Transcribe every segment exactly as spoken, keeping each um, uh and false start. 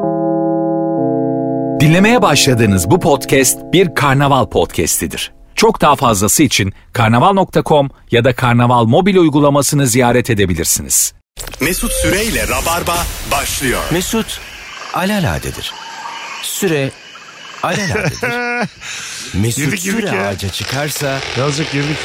Dinlemeye başladığınız bu podcast bir karnaval podcastidir. Çok daha fazlası için karnaval nokta com ya da karnaval mobil uygulamasını ziyaret edebilirsiniz. Mesut Süreyle Rabarba başlıyor. Mesut alaladedir. Süre alaladedir. Mesut Girdik, girdik Süre ya. ağaca çıkarsa Yazık girdik.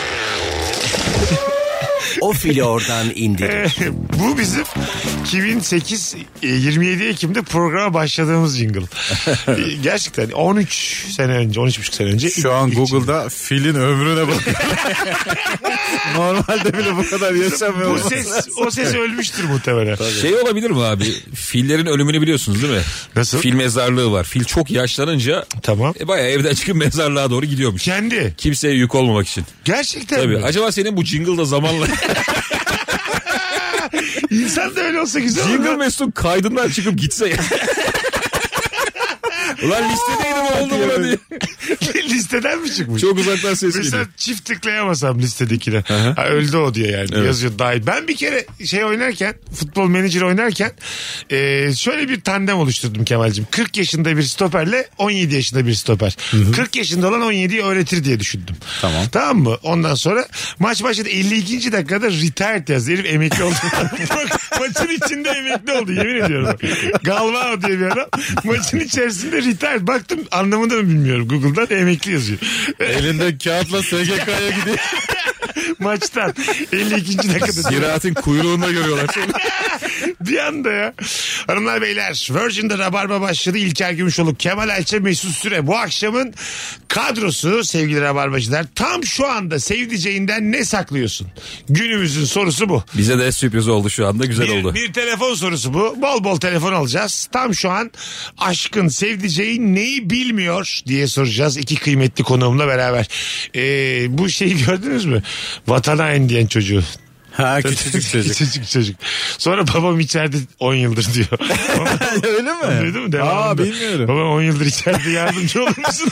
o fili oradan indirir. Bu bizim iki bin sekiz yirmi yedi Ekim'de programa başladığımız jingle. Gerçekten on üç sene önce, on üç buçuk sene önce. Şu an Google'da filin ömrüne bak. Normalde bile bu kadar yaşamıyor. Bu ses, o ses ölmüştür muhtemelen. Şey olabilir mi abi? Fillerin ölümünü biliyorsunuz değil mi? Nasıl? Fil mezarlığı var. Fil çok yaşlanınca Tamam. e, bayağı evden çıkıp mezarlığa doğru gidiyormuş. Kendi. Kimseye yük olmamak için. Gerçekten Tabii. mi? Acaba senin bu jingle da zamanla... İnsan da öyle olsa güzel Jingle olur. Mesut'un kaydından çıkıp gitse ya. Ulan listedeydim oldu buna diye. Listeden mi çıkmış? Çok uzaktan ses Mesela geliyor. çift tıklayamasam listedekine. Ha, öldü o diye yani. Evet. Yazıyor dahil. Ben bir kere şey oynarken, futbol menajer oynarken e, şöyle bir tandem oluşturdum Kemal'cim. kırk yaşında bir stoperle on yedi yaşında bir stoper. Hı-hı. kırk yaşında olan on yediyi öğretir diye düşündüm. Tamam. Tamam mı? Ondan sonra maç başladı. elli ikinci dakikada retired yazdı. Herif emekli oldu. Maçın içinde emekli oldu. Yemin ediyorum. Galvao diye bir adam. Maçın içerisinde retired. Baktım anlamını da bilmiyorum. Google'dan emekli yazıyor. Elinde kağıtla S G K'ya gidiyor. Maçtan elli ikinci dakikada. Ziraatin kuyruğunda görüyorlar seni. Bir anda ya. Hanımlar beyler, Virgin'de Rabarba başladı. İlker Gümüşoluk, Kemal Ayça, Mesut Süre. Bu akşamın kadrosu sevgili Rabarbacılar. Tam şu anda sevdiceğinden ne saklıyorsun? Günümüzün sorusu bu. Bize de sürpriz oldu şu anda. Güzel Bir, oldu. bir telefon sorusu bu. Bol bol telefon alacağız. Tam şu an aşkın sevdiceği neyi bilmiyor diye soracağız. İki kıymetli konuğumla beraber. Ee, bu şeyi gördünüz mü? Vatana hain diyen çocuğu. Ha, küçücük çocuk. Küçücük çocuk. Sonra babam içeride on yıldır diyor. Öyle mi? Duydun mu? Devamında. Aa, bilmiyorum. Babam on yıldır içeride, yardımcı olur musunuz?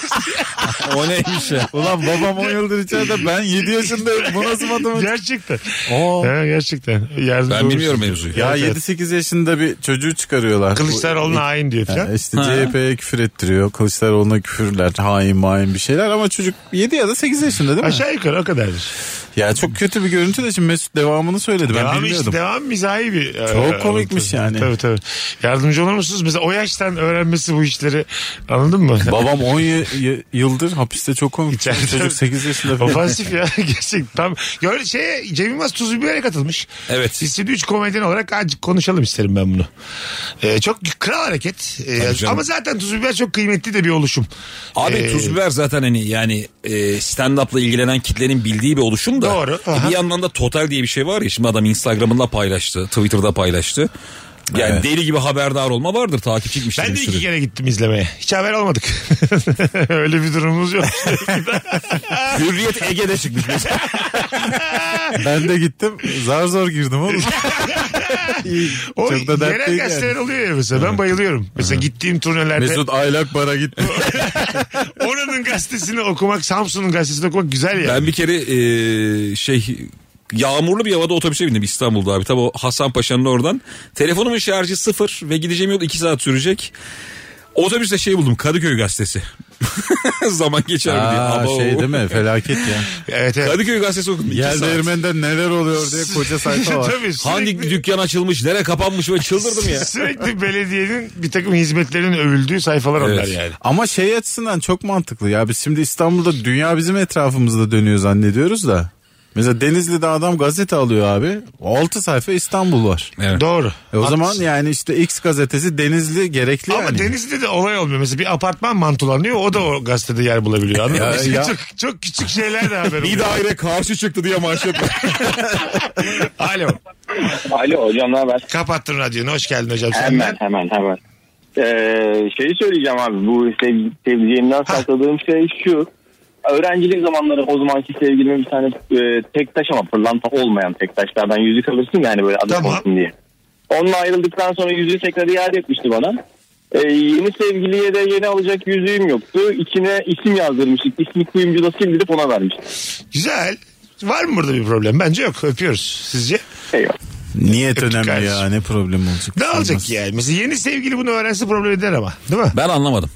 O neymiş ya? Ulan babam on yıldır içeride, ben yedi yaşındayım. Bu nasıl matematik? Gerçekten. Oo. Ha, gerçekten. Yardımcı Ben olur bilmiyorum musunuz? mevzuyu. Ya Evet, evet. yedi sekiz yaşında bir çocuğu çıkarıyorlar. Kılıçdaroğlu'na hain diyor falan. Yani işte C H P'ye küfür ettiriyor. Kılıçdaroğlu'na küfürler. Hain main bir şeyler. Ama çocuk yedi ya da sekiz yaşında değil mi? Aşağı yukarı o kadardır. Ya çok kötü bir görüntü de şimdi Mesut devamını söyledi. Ben Devam bilmiyordum. işte, devam mizahi bir. Çok e, komikmiş anlatım. yani. Tabii tabii. Yardımcı olur musunuz? Mesela o yaştan öğrenmesi bu işleri, anladın mı? Babam on y- y- yıldır hapiste, çok komik. İçeride. Çocuk sekiz yaşında falan. Ofansif ya. Gerçekten. Tam. Gör şeye, Cem Yılmaz Tuz Biber'e katılmış. Evet. Biz şimdi üç komedyen olarak azıcık konuşalım isterim ben bunu. Ee, çok kral hareket. Ee, canım. ama zaten Tuz Biber çok kıymetli de bir oluşum. Abi Ee, tuz biber zaten hani yani e, stand-up'la ilgilenen kitlenin bildiği bir oluşum da. Doğru. E, Aha. bir yandan da Total diye bir şey var ya, şimdi adam Instagram'ında paylaştı, Twitter'da paylaştı. Yani Evet. deli gibi haberdar olma vardır, takip çekmiştir Ben bir de iki sürü. kere gittim izlemeye. Hiç haber olmadık. Öyle bir durumumuz yok. Hürriyet Ege'de çıkmış mesela. Ben de gittim. Zar zor girdim oğlum. O Çok da dert yerel değil gazeteler yani. oluyor ya mesela. Ben bayılıyorum. Mesela gittiğim turnelerde Mesut Aylak bara gitti. oranın gazetesini okumak, Samsun'un gazetesini okumak güzel ya. Ben bir kere e, şey yağmurlu bir havada otobüse bindim İstanbul'da abi. Tabi o Hasan Paşa'nın oradan. Telefonumun şarjı sıfır ve gideceğim yol iki saat sürecek. Otobüste şey buldum, Kadıköy gazetesi. Zaman geçer mi diye. Aa, Abo. şey değil mi? Felaket ya. Evet evet. Kadıköy gazetesi okudum. iki Yer saat. değirmende neler oluyor diye koca sayfa var. Tabii, Hangi sürekli, dükkan açılmış, nere kapanmış ve çıldırdım ya. sürekli belediyenin bir takım hizmetlerinin övüldüğü sayfalar onlar Evet. yani. Ama şey açısından çok mantıklı ya. Biz şimdi İstanbul'da dünya bizim etrafımızda dönüyor zannediyoruz da. Mesela Denizli'de adam gazete alıyor abi. altı sayfa İstanbul var. Evet. Doğru. E o Haklısın. zaman yani işte X gazetesi Denizli gerekli Ama yani. Denizli'de de olay olmuyor. Mesela bir apartman mantulanıyor. O da o gazetede yer bulabiliyor. Anladın Ya, mı? Mesela ya. Çok, çok küçük şeyler de haber Bir oluyor. daire karşı çıktı diye manşet var. Alo. Alo hocam, ne haber? Kapattın radyonu. Hoş geldin hocam. Hemen Senden. hemen hemen. Ee, şeyi söyleyeceğim abi, bu sev, sevdiceğimden sakladığım şey şu. Öğrencilik zamanları o zamanki sevgilime bir tane e, tek taş ama pırlanta olmayan tek taşlardan yüzük alırsın yani, böyle adı Tamam. olsun diye. Onunla ayrıldıktan sonra yüzüğü tekrar iade etmişti bana. Ee, yeni sevgiliye de yeni alacak yüzüğüm yoktu. İçine isim yazdırmıştık. İsmi kuyumcuda sildirip ona vermiştik. Güzel. Var mı burada bir problem? Bence yok. Öpüyoruz. Sizce? Eyvallah. Niyet Öptük önemli kardeşim. ya, ne problem olacak. Ne olacak ki yani? Mesela yeni sevgili bunu öğrense problem eder ama. Değil mi? Ben anlamadım.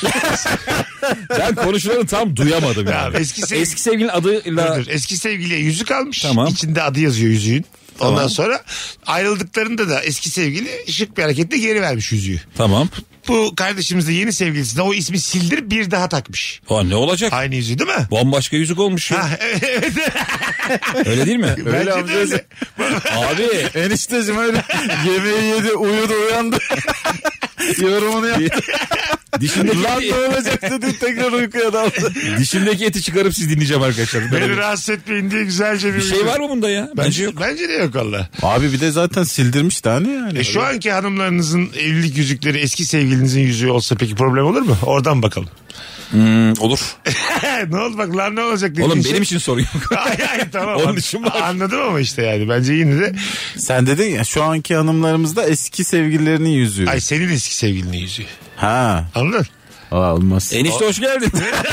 Ben konuşulanı tam duyamadım Ya, yani. eski sevgili- eski sevgilinin adıyla... Dur, dur. Eski sevgiliye yüzük almış. Tamam. İçinde adı yazıyor yüzüğün. Ondan Tamam. sonra ayrıldıklarında da eski sevgili şık bir hareketle geri vermiş yüzüğü. Tamam. Bu kardeşimiz de yeni sevgilisine o ismi sildirip bir daha takmış. O ne olacak? Aynı yüzüğü değil mi? Bambaşka yüzük olmuş ya. Ha, evet. Öyle değil mi? Bence de amcası. öyle. Abi Enişteciğim öyle yemeği yedi, uyudu, uyandı. Yorumunu yaptı. dişindeki, Lan ne olacak dedi, tekrar uykuya daldı. dişindeki eti çıkarıp siz dinleyeceğim arkadaşlar. Beni rahatsız etmeyin diye güzelce bir, Bir şey var mı bunda ya? Bence Bence, yok. bence de yok valla. Abi bir de zaten sildirmiş daha ne yani. E şu anki hanımlarınızın evlilik yüzükleri eski sevgilinizin yüzüğü olsa peki problem olur mu? Oradan bakalım. Hmm, olur. Ne oldu bak lan ne olacak dediğin Oğlum şey- benim için sorun yok. Hayır hayır tamam. Onun için var. Anladım ama işte yani bence yine de. Sen dedin ya şu anki hanımlarımız da eski sevgililerinin yüzüğü. Ay senin eski sevgilinin yüzüğü. Ha. Anladın? Aa, olmaz. Enişte hoş geldin.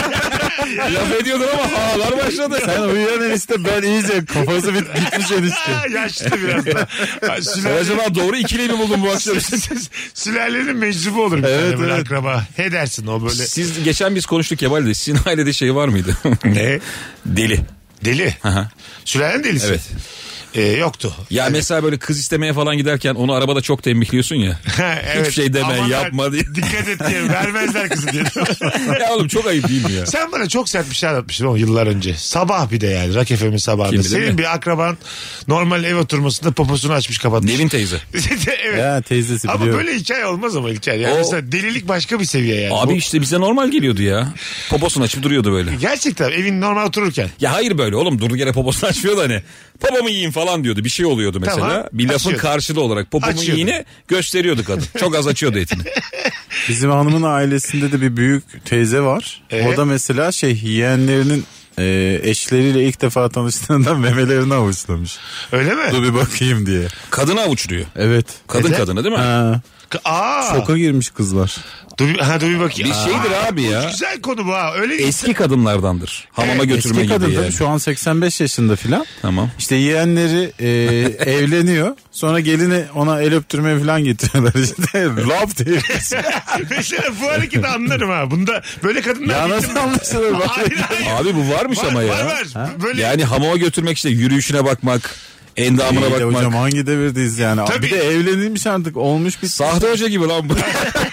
Laf ediyordun ama havalar başladı. Sen uyuyan enişte, ben iyice kafası bit gitmiş enişte. Ha, yaşlı biraz da. Ha, Sen Sülale... acaba doğru ikili mi buldun bu akşam? Sülalenin meczubu olur bir Evet, tane böyle evet. akraba. He dersin o böyle. Siz geçen biz konuştuk Kemal'de. Sizin ailede şey var mıydı? Ne? Deli. Deli. Aha. Sülalenin delisi. Evet. Ee, yoktu. Ya mesela böyle kız istemeye falan giderken onu arabada çok tembihliyorsun ya. Ha, evet. Hiçbir şey deme, Aman yapma diye. Dikkat et diye vermezler kızı diye. Ya oğlum çok ayıp değil mi ya? Sen bana çok sert bir şey anlatmıştın o yıllar önce. Sabah bir de yani. Rock F M'in sabahında. Kim bilir Senin mi? bir akraban normal ev oturmasında poposunu açmış kapatmış. Nevin teyze. Evet. Ya teyzesi Ama biliyor. böyle hikaye olmaz ama İlker. Yani O- mesela delilik başka bir seviye yani. Abi O- işte bize normal geliyordu ya. Poposunu açıp duruyordu böyle. Gerçekten evin normal otururken. Ya hayır böyle oğlum durduk yere poposunu açmıyordu hani. Popomu yiyin falan diyordu. Bir şey oluyordu mesela. Tamam, Bir lafın açıyordu. karşılığı olarak popomu Açıyordu. yiyini gösteriyordu kadın. Çok az açıyordu etini. Bizim hanımın ailesinde de bir büyük teyze var. Ee? O da mesela şey, yeğenlerinin e, eşleriyle ilk defa tanıştığında memelerini avuçlamış. Öyle mi? Dur bir bakayım diye. Kadını avuçluyor. Evet. Kadın Neden? kadını değil mi? Ha, Aa. şoka girmiş kızlar. Dur, bir- ha, dur bir bakayım. Bir şeydir Aa, abi ya. Güzel konu bu ha. Öyle Eski kadınlardandır. Hamama Evet, götürme Eski gibi kadın yani. tabii şu an seksen beş yaşında filan. Tamam. İşte yeğenleri e, evleniyor. Sonra gelini ona el öptürmeye falan getiriyorlar işte. Laf diye. Mesela bu hareketi anlarım ha. Bunda böyle kadınlar... Ya nasıl anlaşılır? Bak. Hayır, hayır. Abi bu varmış Var, ama ya. var, var. Böyle... Yani hamama götürmek işte yürüyüşüne bakmak, endamına İyi de bakmak. hocam hangi devirdeyiz yani. Tabii. Bir de evlenilmiş artık, olmuş bir... Sahte hoca gibi lan bu.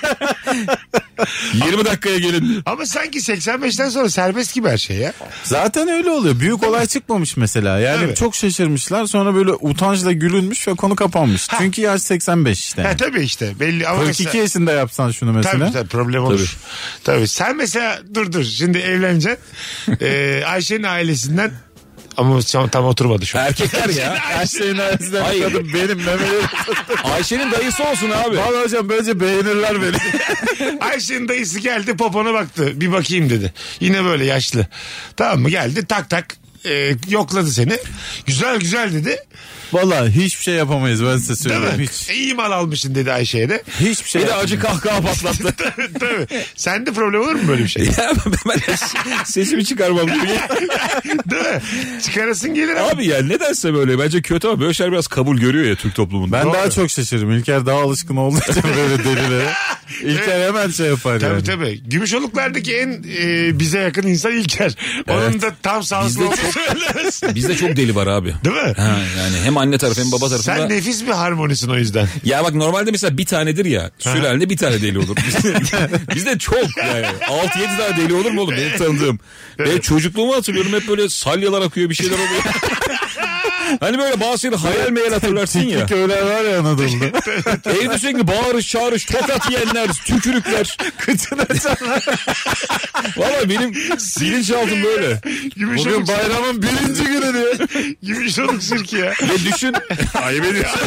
yirmi dakikaya gelin. Ama sanki seksen beşten sonra serbest gibi her şey ya. Zaten öyle oluyor. Büyük olay çıkmamış mesela. Yani Tabii. çok şaşırmışlar. Sonra böyle utançla gülünmüş ve konu kapanmış. Çünkü yaş seksen beş işte. Ha Yani. tabii işte belli ama kırk iki mesela... yaşında yapsan şunu mesela. Tabii tabii problem olur. Tabii. Sen mesela dur dur şimdi evleneceksin. ee, Ayşe'nin ailesinden ama tam, tam oturmadı şu an. Erkekler ya. Her şeyin arasında Hayır. kadın benim memelerim. Ayşe'nin dayısı olsun abi. Vallahi hocam böylece beğenirler beni. Ayşe'nin dayısı geldi popona baktı. Bir bakayım dedi. Yine böyle yaşlı. Tamam mı geldi tak tak e, yokladı seni. Güzel güzel dedi. Vallahi hiçbir şey yapamayız, ben size Değil söyleyeyim. mi? Hiç. İyi mal almışsın dedi Ayşe'ye de. Hiçbir şey Bir de yapamayız. acı kahkaha patlattı. Tabii. Sende problem olur mu böyle bir şey? Ya ben de sesimi çıkarmam gibi. Değil mi? Çıkarasın gelir ama. Abi ya nedense böyle bence kötü ama böyle şeyler biraz kabul görüyor ya Türk toplumunda. Ben Doğru. daha çok şaşırırım. İlker daha alışkın olduğu için böyle delilere. İlker hemen şey yapar Tabii yani. tabii. Gümüşoluklardaki en e, bize yakın insan İlker. Onun da tam Bizde sağlıklı olduğunu çok- söylemez. Bizde çok deli var abi. Değil mi? Ha, yani hem anne tarafı hem baba tarafında. Sen nefis bir harmonisin o yüzden. Ya bak normalde mesela bir tanedir ya. Sülalede bir tane deli olur. Bizde, bizde çok yani. altı yedi tane deli olur mu oğlum benim tanıdığım. Ben çocukluğumu hatırlıyorum hep böyle salyalar akıyor bir şeyler oluyor. Hani böyle bazı şeyleri hayal meyal hatırlarsın ya. Tipik öyle var ya Anadolu'da. Evde sürekli bağırış çağırış tokat yiyenler tükürükler. Kıçını açanlar. Valla benim bilinçaltım böyle. Bugün Gümüşoluk, bayramın birinci günü diyor. Gümüşoluk sirki ya. Ve düşün. Ayıp ediyorsun.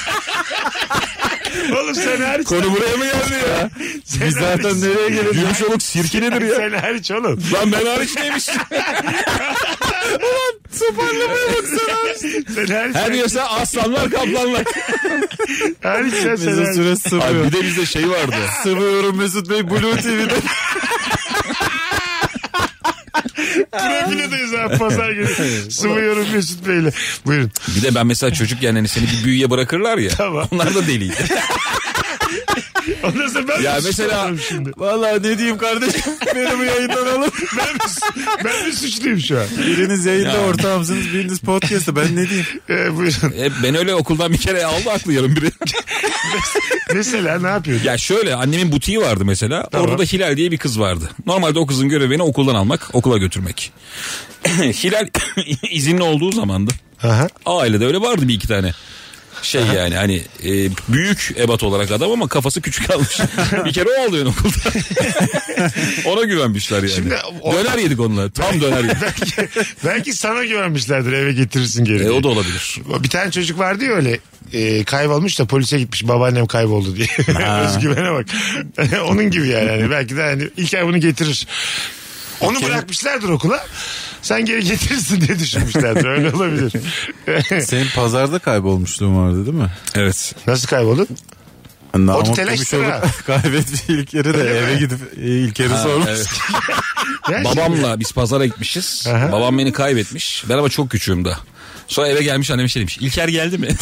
Oğlum sen hariç. Konu buraya mı geldi ya? Sen Biz zaten hariç- nereye gelelim? Gümüşoluk sirki nedir ya? Sen hariç oğlum. Lan ben hariç neymiş? Toparlamaya bak sen abi. Sen hariç. Her yasa aslanlar kaplanlar. Hariç sen sen Mesut hariç. Süre Abi sıvıyor. bir de bizde şey vardı. Sıvıyorum Mesut Bey Blue T V'de. Profiledeyiz abi pazar günü. Sıvıyorum Mesut Bey'le. Buyurun. Bir de ben mesela çocukken hani seni bir büyüye bırakırlar ya. Tamam. Onlar da deliydi. Ondan sonra ben Ya mi mesela suçlanıyorum şimdi? Vallahi ne diyeyim kardeşim, beni bu yayından alın. Ben mi, ben mi suçluyum şu an? Biriniz yayında Ya. ortağımsınız, biriniz podcast'ta, ben ne diyeyim? Ee, buyurun. Hep ben öyle okuldan bir kere aldı aklı yarım biri. Mesela ne yapıyordun? Ya şöyle annemin butiği vardı mesela. Tamam. Orada da Hilal diye bir kız vardı. Normalde o kızın görevi beni okuldan almak, okula götürmek. Hilal izinli olduğu zamandı. Aha. Ailede öyle vardı bir iki tane. Şey yani hani e, büyük ebat olarak adam ama kafası küçük kalmış. Bir kere o alıyor okulda. Ona güvenmişler yani. Şimdi o- Döner yedik onunla. Tam döner yedik. belki, belki sana güvenmişlerdir eve getirirsin geri. E, diye. o da olabilir. Bir tane çocuk vardı ya öyle e, kaybolmuş da polise gitmiş babaannem kayboldu diye. Özgüvene bak. Onun gibi yani. yani. Belki de hani ilk ay bunu getirir. Onu bırakmışlardır okula. Sen geri getirirsin diye düşünmüşlerdir. Öyle olabilir. Senin pazarda kaybolmuşluğun vardı değil mi? Evet. Nasıl kayboldun? Namık O teleştir Gümüşoğlu ha. kaybetti İlker'i de eve gidip e, İlker'i sormuş. Evet. Yani Babamla biz pazara gitmişiz. Aha. Babam beni kaybetmiş. Ben ama çok küçüğüm daha. Sonra eve gelmiş annem şey demiş. İlker geldi mi?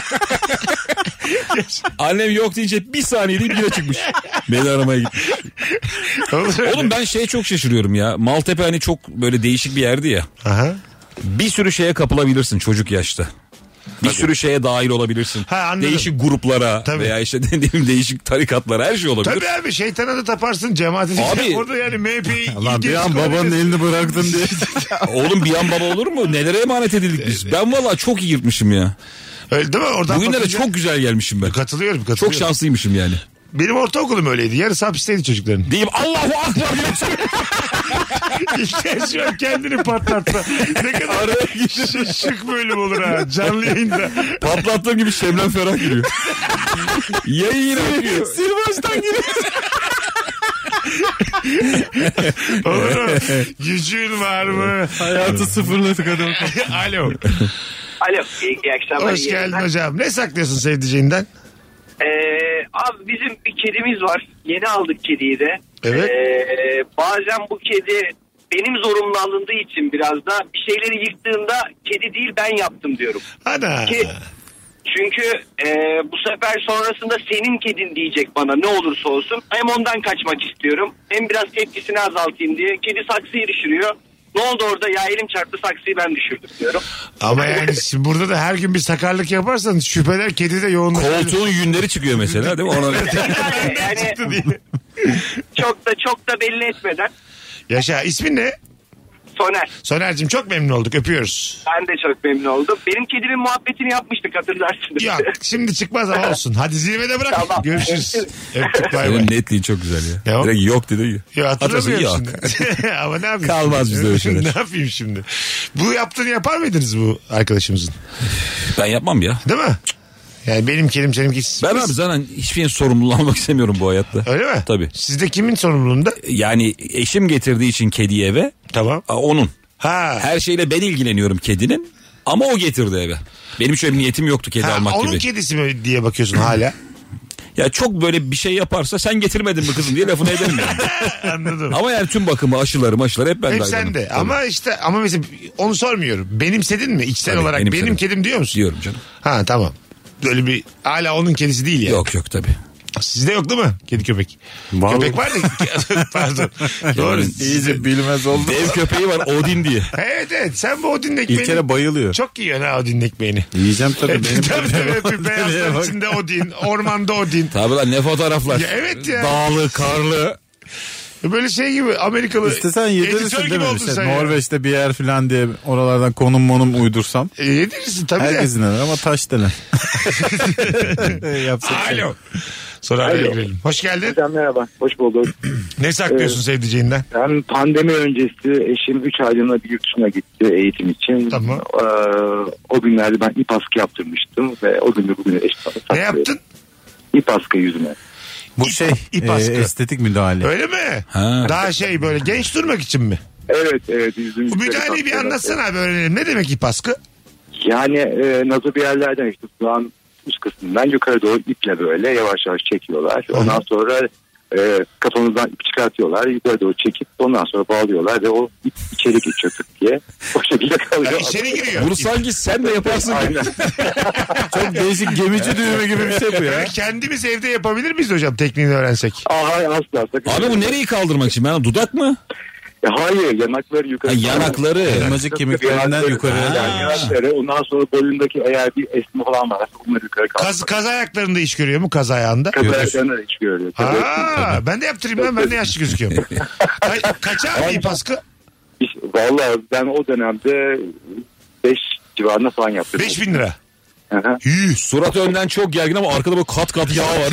Annem yok deyince bir saniye deyip yine çıkmış. Beni aramaya gitmiş. şimdi- Oğlum ben şeye çok şaşırıyorum ya. Maltepe hani çok böyle değişik bir yerdi ya. Aha. Bir sürü şeye kapılabilirsin çocuk yaşta. Bir sürü şeye dahil olabilirsin. Ha, anladım. Değişik gruplara Tabii. veya işte ne diyeyim değişik tarikatlara her şey olabilir. Tabii abi şeytana da taparsın cemaate. Abi- Orada yani M H'yi Lan bir an babanın elini bıraktın diye. Oğlum bir an baba olur mu? Nelere emanet edildik biz? Ben valla çok iyi yırtmışım ya. Öyle değil mi? Oradan Bugünlere bakınca- çok güzel gelmişim ben. Katılıyorum katılıyorum. Çok şanslıymışım yani. Benim ortaokulum öyleydi. Yarısı hapisteydi çocukların. Deyip Allahu Akbar diyorsun. İlker şu an kendini patlatsa. Ne kadar ş- şık bölüm olur ha. Canlı yayında. Patlattığım gibi Şebnem Ferah giriyor. Yayın yine akıyor. Sil baştan giriyor. Olur mu? Gücün var mı? Hayatı sıfırladık adam. Alo. Alo, iyi, iyi akşamlar. Hoş iyi geldin yayınlar. hocam. Ne saklıyorsun sevdiceğinden? Ee, abi bizim bir kedimiz var. Yeni aldık kediyi de. Evet. Ee, bazen bu kedi benim zorunlu alındığı için biraz da bir şeyleri yıktığında kedi değil ben yaptım diyorum. Ana. Ki, çünkü e, bu sefer sonrasında senin kedin diyecek bana ne olursa olsun. Hem ondan kaçmak istiyorum hem biraz tepkisini azaltayım diye. Kedi saksıyı düşürüyor. Ne oldu orada ya elim çarptı saksıyı ben düşürdüm diyorum. Ama yani şimdi burada da her gün bir sakarlık yaparsan şüpheler kedide yoğunlaşır. Koltuğun yünleri çıkıyor mesela değil mi? Ona... Yani, yani Çıktı diye. çok da çok da belli etmeden. Yaşa. İsmin ne? Soner. Soner'cim çok memnun olduk. Öpüyoruz. Ben de çok memnun oldum. Benim kedimin muhabbetini yapmıştık hatırlarsınız. Yok şimdi çıkmaz ama olsun. Hadi zirvede bırak. Tamam. Görüşürüz. Öptük bay bay. Senin netliğin çok güzel ya. Ne o? Direkt yok dedi ya. Ya hatırlamıyorum Yok. şimdi. Ama ne yapayım? Kalmaz bizde öyle şeyler. Ne yapayım şimdi? Bu yaptığını yapar mıydınız bu arkadaşımızın? Ben yapmam ya. Değil mi? Yani benim kedim seninki. Ben abi zaten hiçbir şeyin sorumluluğunu almak istemiyorum bu hayatta. Öyle mi? Tabii. Sizde kimin sorumluluğunda? Yani eşim getirdiği için kediyi eve. Tamam. a, Onun. Ha. Her şeyle ben ilgileniyorum kedinin. Ama o getirdi eve. Benim hiç öyle bir niyetim yoktu kedi Ha, almak onun gibi. kedisi mi diye bakıyorsun hala. Ya çok böyle bir şey yaparsa sen getirmedin mi kızım diye lafını ederim yani. Anladım. Ama yani tüm bakımı aşıları maşıları hep ben Hep de hayvanım. sende. Tabii. Ama işte ama mesela onu sormuyorum. Benimsedin mi içsel Tabii, olarak? benimsedim. Benim kedim diyor musun? Diyorum canım. Ha tamam. Böyle bir hala onun kedisi değil yani. Yok yok tabii. Sizde yok değil mi? Kedi köpek. Var. Köpek var da. Pardon. Doğru. İyice bilmez oldu. Dev köpeği var Odin diye. Evet evet. Sen bu Odin'in ekmeğini. İlker'e bayılıyor. Çok yiyorsun ha Odin'in ekmeğini. Yiyeceğim tabii. Benim Tabii tabii. tabii. Nereye Beyazlar bak. içinde Odin. Ormanda Odin. Tabii lan ne fotoğraflar. Ya evet ya. Dağlı, karlı. Böyle şey gibi Amerikalı. İstesen editör yedirirsin gibi değil mi? oldun İşte sen ya. Norveç'te bir yer falan diye oralardan konum monum uydursam. E, yedirirsin tabii de. Herkesin denir ama taş denir. Yapsak şey. Alo. Sonra araya girelim. Hoş geldin. Hocam merhaba, hoş bulduk. Ne saklıyorsun sevdiceğinden? Ben pandemi öncesi eşim üç aylığına bir yurt dışına gitti eğitim için. Tamam. Ee, o günlerde ben ip askı yaptırmıştım ve o gündür bugüne eşim bana Ne saklıyor. yaptın? İp askı yüzüme. Bu şey ip e, askı. estetik müdahale. Öyle mi? Ha. Daha şey böyle genç durmak için mi? Evet, evet. Yüzüm Bu müdahaleyi bir anlatsana abi öğrenelim. Ne demek ip askı? Yani e, nazo bir yerlerden işte kulağın üst kısmından yukarı doğru iple böyle yavaş yavaş çekiyorlar. Ondan sonra e, kafanızdan ip çıkartıyorlar. Yukarı doğru çekip ondan sonra bağlıyorlar ve o ip içeri geçiyor tık diye. O şekilde kalıyor. Ya içeri giriyor. Bunu sanki sen de yaparsın gibi. Aynen. Çok değişik gemici düğümü gibi bir şey bu ya. Yani kendimiz evde yapabilir miyiz hocam tekniğini öğrensek? Aa, hayır, asla. Sakın. Abi bu nereyi kaldırmak için? Ben dudak mı? Ya hayır, yanakları yukarı. Ha, yanakları. Elmacık kemiklerinden yukarı. Yani yanakları, ondan sonra boyundaki eğer bir esme falan varsa bunları yukarı kaldırıyor. Kaz, kaz ayaklarında iş görüyor mu kaz ayağında? Kaz ayaklarını da hiç görüyor. Aa, ben de yaptırayım lan, ben de yaşlı gözüküyorum. Ka- kaç abi ip askı? Valla ben o dönemde beş civarında falan yaptım. beş bin lira. Hı hı. Yüz. Surat önden çok gergin ama arkada böyle kat kat yağ var.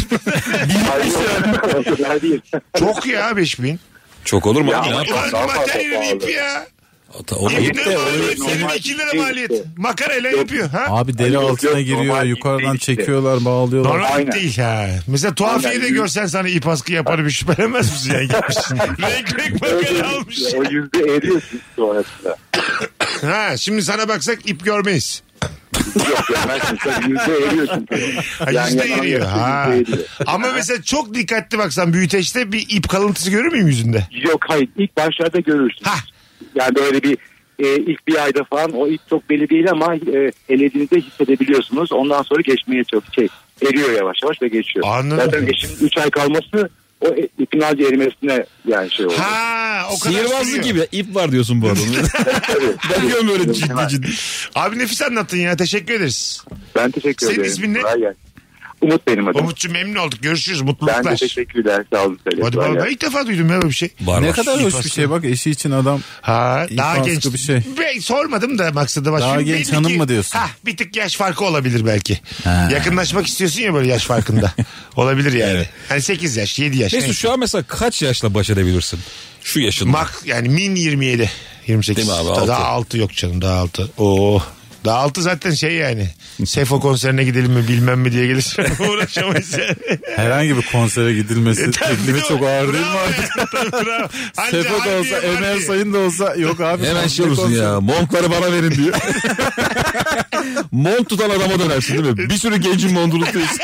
Hayır, o kadar değil. Çok ya beş bin. Çok olur mu? Ya abi? ama- Ne yapalım? Ulan daha fazla materyalin ipi pahalı. ya. Ta- O İp ip ne de maliyet? öyle- yirmi iki lira Normal maliyet. ip işte. Makarayla yapıyor ha? Abi deri Yok, altına yok, giriyor, normal yukarıdan ip değil çekiyorlar, bağlıyorlar. Normal Aynen. değil ha. Mesela tuhafiyede Aynen. görsen sana ip askı yaparım, şüphelenmez misin yani? Gelmiş. renk renk makara almış. O yüzde eriyorsun sonrasında. Ha, şimdi sana baksak ip görmeyiz. Yok ya, ben şimdi yüzde eriyorsun. Ha, Yani yüzde yalan eriyor. yok, Ha. yüzde eriyor. Ama mesela çok dikkatli baksan büyüteçte bir ip kalıntısı görür müyüm yüzünde? Yok hayır, ilk başlarda görürsün. Ha. Yani böyle bir e, ilk bir ayda falan o ip çok belli değil ama e, elediğinizde hissedebiliyorsunuz. Ondan sonra geçmeye çok şey eriyor yavaş yavaş ve geçiyor. Anladım. Zaten eşimin üç ay kalması o e, ipin ağacı erimesine yani şey oldu. Ha, o kadar Sihirbazlık sürüyor. gibi ip var diyorsun bu arada. Bakıyorum böyle ciddi ciddi. Abi nefis anlattın ya, teşekkür ederiz. Ben teşekkür Senin ederim. ismin ne? Kolay gelsin. Umut benim adım. Umut'cum memnun olduk, görüşürüz, Ben mutluluklar. de teşekkürler. Sağ olun. Hadi bakalım, ben ilk defa duydum ya böyle bir şey. Var, Ne var. kadar İp hoş bir askı. şey bak, eşi için adam Ha, İp daha askı genç bir şey. Ben sormadım da maksadı var. Daha Şimdi genç belli hanım ki- mı diyorsun? Ha, bir tık yaş farkı olabilir belki. Yakınlaşmak istiyorsun ya böyle yaş farkında. Olabilir yani. Evet. Hani sekiz yaş, yedi yaş. Mesut neyse. şu an mesela kaç yaşla baş edebilirsin? Şu yaşında. Mak yani min yirmi yedi. yirmi sekiz. Değil mi abi, altı? Daha altı yok canım, daha altı. Oo. Daha altı zaten şey yani. Sefo konserine gidelim mi bilmem mi diye gelir. Uğraşamayız yani. herhangi bir konsere gidilmesi teklifi çok ağır değil mi Bravo artık? ya, tabii, bravo. Anca Sefo da harbiye olsa, var Emel diye. Sayın da olsa yok abi. Hemen şey konser, olursun konser. ya. Montları bana verin diyor. Mont tutan adama dönersin değil mi? Bir sürü gencin montunu tutuyorsun.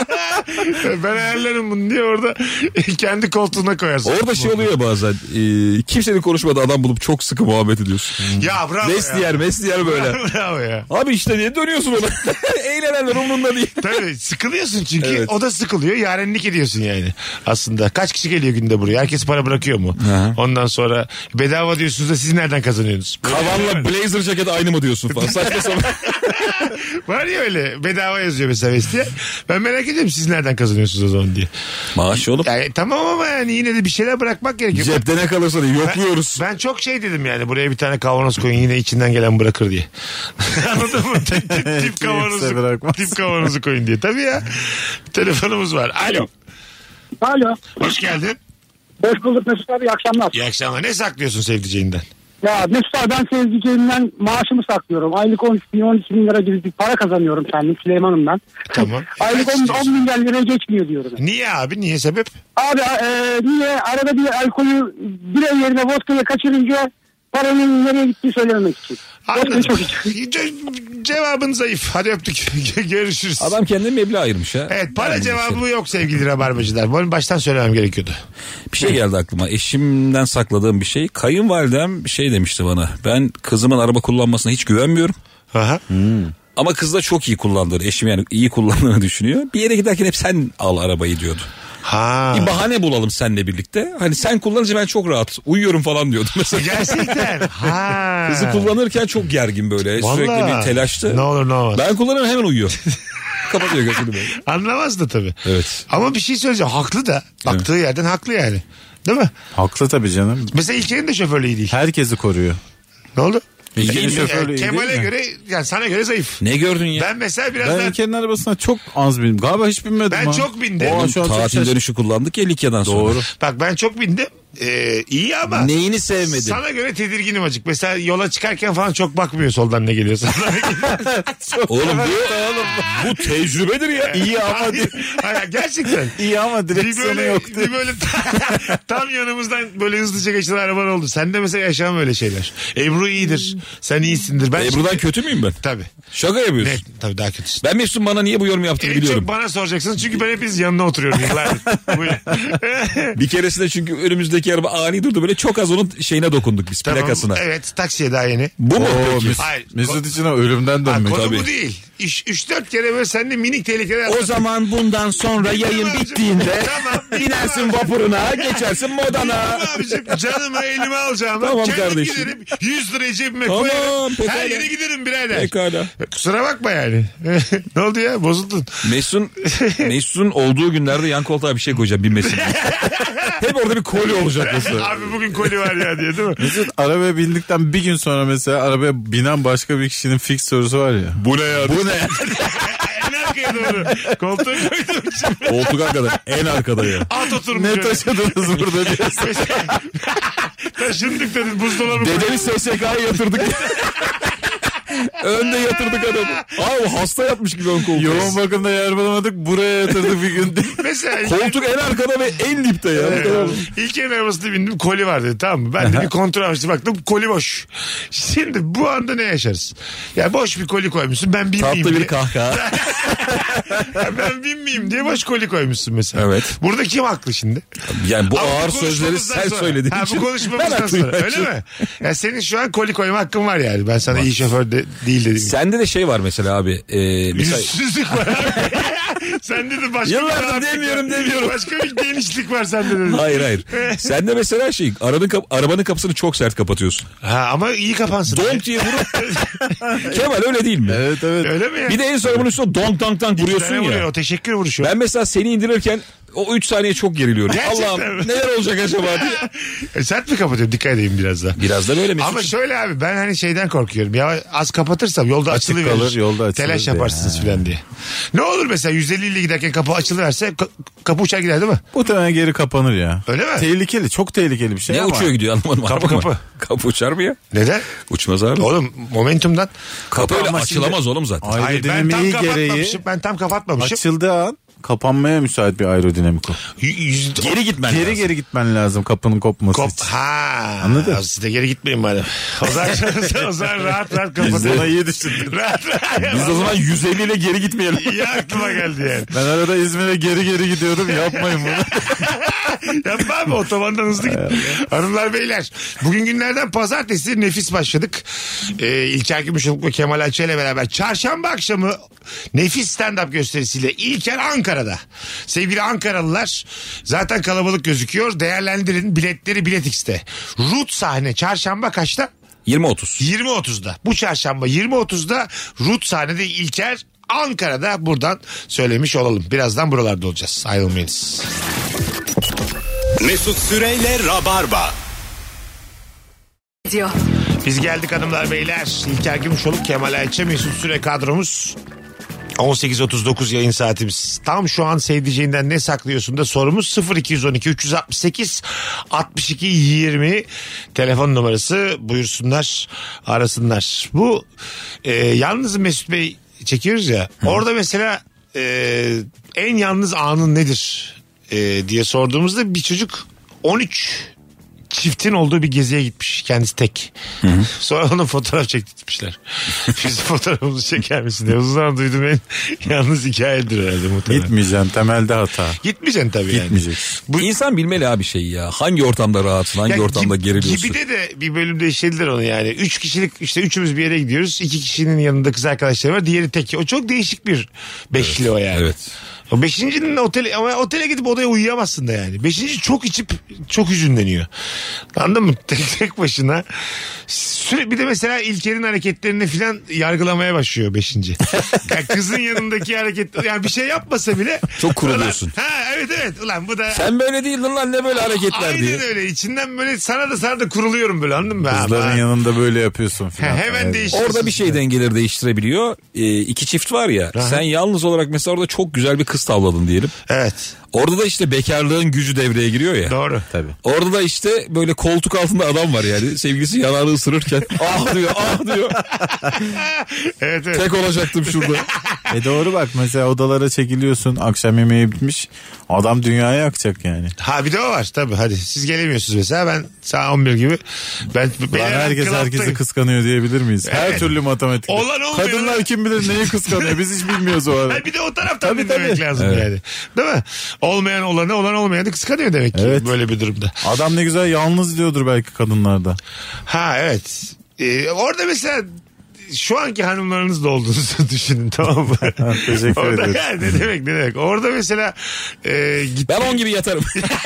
Ben ayarlarım bunu diye orada kendi koltuğuna koyarsın. Orada şey oluyor ya bazen. E, kimsenin konuşmadığı adam bulup çok sıkı muhabbet ediyorsun. Ya bravo Vestiyer, ya. vestiyer böyle. Bravo ya. Abi işte diye dönüyorsun ona. Eğlenenler umurunda değil. Tabii sıkılıyorsun çünkü Evet. o da sıkılıyor. Yarenlik ediyorsun yani aslında. Kaç kişi geliyor günde buraya? Herkes para bırakıyor mu? Hı. Ondan sonra bedava diyorsunuz da siz nereden kazanıyorsunuz? Kavanla blazer ceket aynı mı diyorsun falan. Saçma sapan. Var ya öyle bedava yazıyor mesela vestiye. Ben merak ediyorum siz nereden kazanıyorsunuz o zaman diye. Maaş oğlum. Yani tamam ama yani yine de bir şeyler bırakmak gerekiyor. Cepte ne kalırsa diye yokluyoruz. Ben çok şey dedim yani buraya bir tane kavanoz koyun yine içinden gelen bırakır diye. Anladın mı? Tip, tip, tip Kimse kavanozu, bırakmaz. tip kavanozu koyun diye. Tabii ya. Bir telefonumuz var. Alo. Alo. Hoş geldin. Hoş bulduk Mesut abi, iyi akşamlar. İyi akşamlar. Ne saklıyorsun sevdiceğinden? Ya Mesut abi, ben sevdiceğimden maaşımı saklıyorum. Aylık on üç bin on iki bin lira gibi bir para kazanıyorum kendim Süleyman'ımdan. Tamam. Aylık Kaç on istiyorsun? milyar liraya geçmiyor diyorum. Niye abi? Niye sebep? Abi e, niye arada bir alkolü bira yerine vodka'ya kaçırınca paranın nereye gittiğini söylememek için. Vodka'yı çok içiyorum. Ce- cevabın zayıf. Hadi öptük. Görüşürüz. Adam kendine meblağ ayırmış ha. Evet, para Yani cevabı şey. yok sevgili rabarbacılar. Bunu baştan söylemem gerekiyordu. Bir şey geldi aklıma. Eşimden sakladığım bir şey. Kayınvalidem şey demişti bana. Ben kızımın araba kullanmasına hiç güvenmiyorum. Aha. Ama kız da çok iyi kullandığını, eşim yani iyi kullandığını düşünüyor. Bir yere giderken hep sen al arabayı diyordu. Ha. Bir bahane bulalım seninle birlikte. Hani sen kullanınca ben çok rahat uyuyorum falan diyordu mesela. Gerçekten. Ha. Kızı kullanırken çok gergin böyle. Vallahi. Sürekli bir telaştı. Ne olur ne olmaz. Ben kullanırım hemen uyuyor. Kapatıyor gözünü böyle. Anlamaz da tabii. Evet. Ama bir şey söyleyeceğim. Haklı da. Baktığı yerden haklı yani. Değil mi? Haklı tabii canım. Mesela İlker'in de şoförlüğü iyi değil. Herkesi koruyor. Ne oldu? İlker'in Yani şoförlüğü iyi Kemal'e değil mi? göre yani sana göre zayıf. Ne gördün ya? Ben mesela biraz Ben daha... İlker'in arabasına çok az bindim. Galiba hiç binmedim Ben ha. çok bindim. Oha, şu an çok Tatil şaşırdım. dönüşü kullandık ya Likya'dan sonra. Doğru. Bak ben çok bindim. e, iyi ama Neyini sevmedin? sana göre tedirginim acık. Mesela yola çıkarken falan çok bakmıyor soldan ne geliyorsa. Oğlum bu, bu tecrübedir ya. İyi ama Hayır, hayır, gerçekten. iyi ama Bir direksiyonu böyle, yoktu. bir böyle tam yanımızdan böyle hızlıca geçen araban oldu. Sen de mesela yaşam öyle şeyler. Ebru iyidir. Sen iyisindir. Ben Ebru'dan şimdi- kötü müyüm ben? Tabii. Şaka yapıyorsun. Ne? Tabii daha kötüsün. Ben Mesut'un bana niye bu yorum yaptığını En biliyorum. çok bana soracaksın çünkü ben hepiniz yanına oturuyorum yıllardır. Buyurun. Bir keresinde çünkü önümüzdeki araba ani durdu, böyle çok az onun şeyine dokunduk biz, Tamam, plakasına. Evet, taksiye daha yeni. Bu mu Oo, peki? Mes- Hayır. Mesut için o ölümden Ha, dönmek. konu tabii. bu değil. üç dört kere böyle seninle minik tehlikeler O zaman bundan sonra yayın Tamam, bittiğinde tamam. binersin vapuruna, geçersin modana. Tamam abicim, canımı elime alacağım. Tamam Kendim kardeşim. giderim yüz lirayı cebime Tamam, koyarım. pekala. Her yere giderim birader. Pekala. Kusura bakma yani. Ne oldu ya, bozuldun. Mesut'un Mesut'un olduğu günlerde yan koltuğa bir şey koyacağım, binmesin. Hep orada bir kolye olacak mesela. Abi bugün koli var ya diye, değil mi? Mesut arabaya bindikten bir gün sonra mesela arabaya binen başka bir kişinin fix sorusu var ya. Bu ne ya? Bu ne? En arkaya doğru. Koltuğu koydum şimdi. Koltuk arkada, en arkada ya. At oturmuş. Ne öyle. taşıdınız burada diyorsun. Taşındık dedin, buzdolabı. Dedeni S S K'ya yatırdık. Önde yatırdık adamı. Abi hasta yatmış gibi ön koltuğa. Yoğun bakımda yer bulamadık, buraya yatırdık bir gün. Mesela Koltuk en arkada ve en dipte ya. Evet. İlk en arabasına bindim, koli var dedi, tamam mı? Ben de bir kontrol amaçlı baktım, koli boş. Şimdi bu anda ne yaşarız? Ya boş bir koli koymuşsun, ben binmeyeyim Tatlı diye. bir kahkaha. Ya ben binmeyeyim diye boş koli koymuşsun mesela. Evet. Burada kim haklı şimdi? Yani bu Ama ağır bu sözleri konuşmamızdan sen sonra- söylediğin ha, için. Bu konuşmamızdan ben haklıyım sonra öyle bence. mi? Ya senin şu an koli koyma hakkın var yani. Ben sana iyi şoför de, değil dedim. Sende de şey var mesela abi. E, mesela Yüzsüzlük var abi. Sende de başka Yıllardır bir rahatlık demiyorum, var. demiyorum. Başka bir genişlik var sende de. hayır hayır. Sen de mesela şey, arabanın, kap- arabanın kapısını çok sert kapatıyorsun. Ha, ama iyi kapansın. Donk diye vurup. Kemal öyle değil mi? Evet evet. Öyle mi ya? Bir de en son bunun üstüne donk donk donk vuruyorsun Tane vuruyor, ya. o teşekkür vuruşu. Ben mesela seni indirirken o üç saniye çok geriliyorum. Gerçekten Allah'ım mi? neler olacak acaba diye. E, sert mi kapatıyorum? Dikkat edeyim biraz daha. Biraz da böyle Mesut. Ama şöyle abi, ben hani şeyden korkuyorum. Ya az kapatırsam yolda Açık açılıverir. kalır, yolda açılır Telaş diye. yaparsınız filan diye. Ne olur mesela yüz elli ile giderken kapı açılıverse ka- kapı uçar gider değil mi? Muhtemelen geri kapanır ya. Öyle mi? Tehlikeli, çok tehlikeli bir şey Ne ama. uçuyor gidiyor anlamadım. Kapı, Araba mı? kapı. Kapı uçar mı ya? Neden? Uçmaz abi. Oğlum momentumdan. Kapı öyle ama açılamaz şimdi- oğlum zaten. Ay- Hayır, ben tam Aerodinamiği gereği kapatmamışım. Ben tam kapatmamışım. Açıldığı an kapanmaya müsait bir aerodinamik o. Y- yüz- Geri gitmen Geri lazım. geri gitmen lazım kapının kopması Kop. için. Ha. Anladın? Ya siz de geri gitmeyin madem. O zaman, o zaman rahat rahat kapatın. Ona iyi düşündün. Rahat rahat. Biz o zaman yüz elli ile geri gitmeyelim. İyi aklıma geldi yani. Ben arada İzmir'e geri geri gidiyorum, yapmayın bunu. Yapma abi, otobandan hızlı git. Hanımlar beyler, bugün günlerden pazartesi, nefis başladık. Ee, İlker Gümüşoluk ve Kemal Ayça ile beraber çarşamba akşamı nefis stand-up gösterisiyle İlker Ankara'da. Sevgili Ankaralılar, zaten kalabalık gözüküyor. Değerlendirin, biletleri Bilet X'te. Root sahne çarşamba kaçta? yirmi otuz. yirmi otuzda. Bu çarşamba yirmi otuzda Root sahnede İlker Ankara'da, buradan söylemiş olalım. Birazdan buralarda olacağız. Ayrılmayınız. Mesut Süreyle Rabarba. diyor. Biz geldik hanımlar beyler. İlker Gümüşoluk, Kemal Ayça, Mesut Süre kadromuz. on sekiz otuz dokuz yayın saatimiz. Tam şu an sevdiceğinden ne saklıyorsun da sorumuz sıfır iki on iki üç altı sekiz altmış iki yirmi telefon numarası, buyursunlar arasınlar. Bu e, yalnız Mesut Bey çekiyoruz ya. Hı. Orada mesela e, en yalnız anın nedir e, diye sorduğumuzda bir çocuk on üç çiftin olduğu bir geziye gitmiş. Kendisi tek. Hı hı. Sonra onun fotoğraf çektirmişler. Biz fotoğrafımızı çeker misin diye. Uzun zaman duydum, en yalnız hikayedir herhalde muhtemelen. Gitmeyeceksin, temelde hata. Gitmeyeceksin tabii yani. Gitmeyeceksin. Bu İnsan bilmeli abi şeyi ya. Hangi ortamda rahatsın, hangi Ya ortamda gibi- geriliyorsun. Gibi de de bir bölümde işlediler onu yani. Üç kişilik, işte üçümüz bir yere gidiyoruz. İki kişinin yanında kız arkadaşları var. Diğeri tek. O çok değişik bir beşli o yani. Evet. O beşincinin otele, ama otele gidip odaya uyuyamazsın da yani. Beşinci çok içip çok hüzünleniyor. Anladın mı? Tek, tek başına. Sürekli bir de mesela İlker'in hareketlerini filan yargılamaya başlıyor beşinci. Yani kızın yanındaki hareket, yani bir şey yapmasa bile. Çok kuruluyorsun. Ulan, ha evet evet. Ulan bu da. Sen böyle değildin lan, ne böyle hareketler Aynen diye. öyle. İçinden böyle sana da sana da kuruluyorum böyle, anladın mı? Kızların Ama- yanında böyle yapıyorsun falan. Ha, hemen Evet. değişiyorsun. Orada bir şey dengeleri değiştirebiliyor. Ee, iki çift var ya. Aha. Sen yalnız olarak mesela orada çok güzel bir kız kız tavladın diyelim. Evet. Orada da işte bekarlığın gücü devreye giriyor ya. Doğru. Tabii. Orada da işte böyle koltuk altında adam var yani. Sevgilisi yanağını ısırırken ah diyor ah diyor. Evet, evet. Tek olacaktım şurada. E doğru bak mesela odalara çekiliyorsun, akşam yemeği bitmiş, adam dünyayı yakacak yani. Ha bir de o var tabii, hadi siz gelemiyorsunuz mesela, ben saat on bir gibi ben, Lan ben herkes herkesi kıskanıyor diyebilir miyiz? Evet. Her türlü matematik. Olan olmayan- Kadınlar kim bilir neyi kıskanıyor, biz hiç bilmiyoruz o ara. Ha, bir de o taraftan Tabii, dinlemek tabii. lazım Evet. yani. Değil mi? Olmayan olanı, olan olmayanı kıskanıyor demek ki Evet. böyle bir durumda. Adam ne güzel yalnız diyordur belki kadınlarda. Ha evet. Ee, orada mesela şu anki hanımlarınız da olduğunuzu düşünün, tamam mı? Teşekkür Orada, ederim. yani ne demek ne demek. Orada mesela e, git... Ben on gibi yatarım.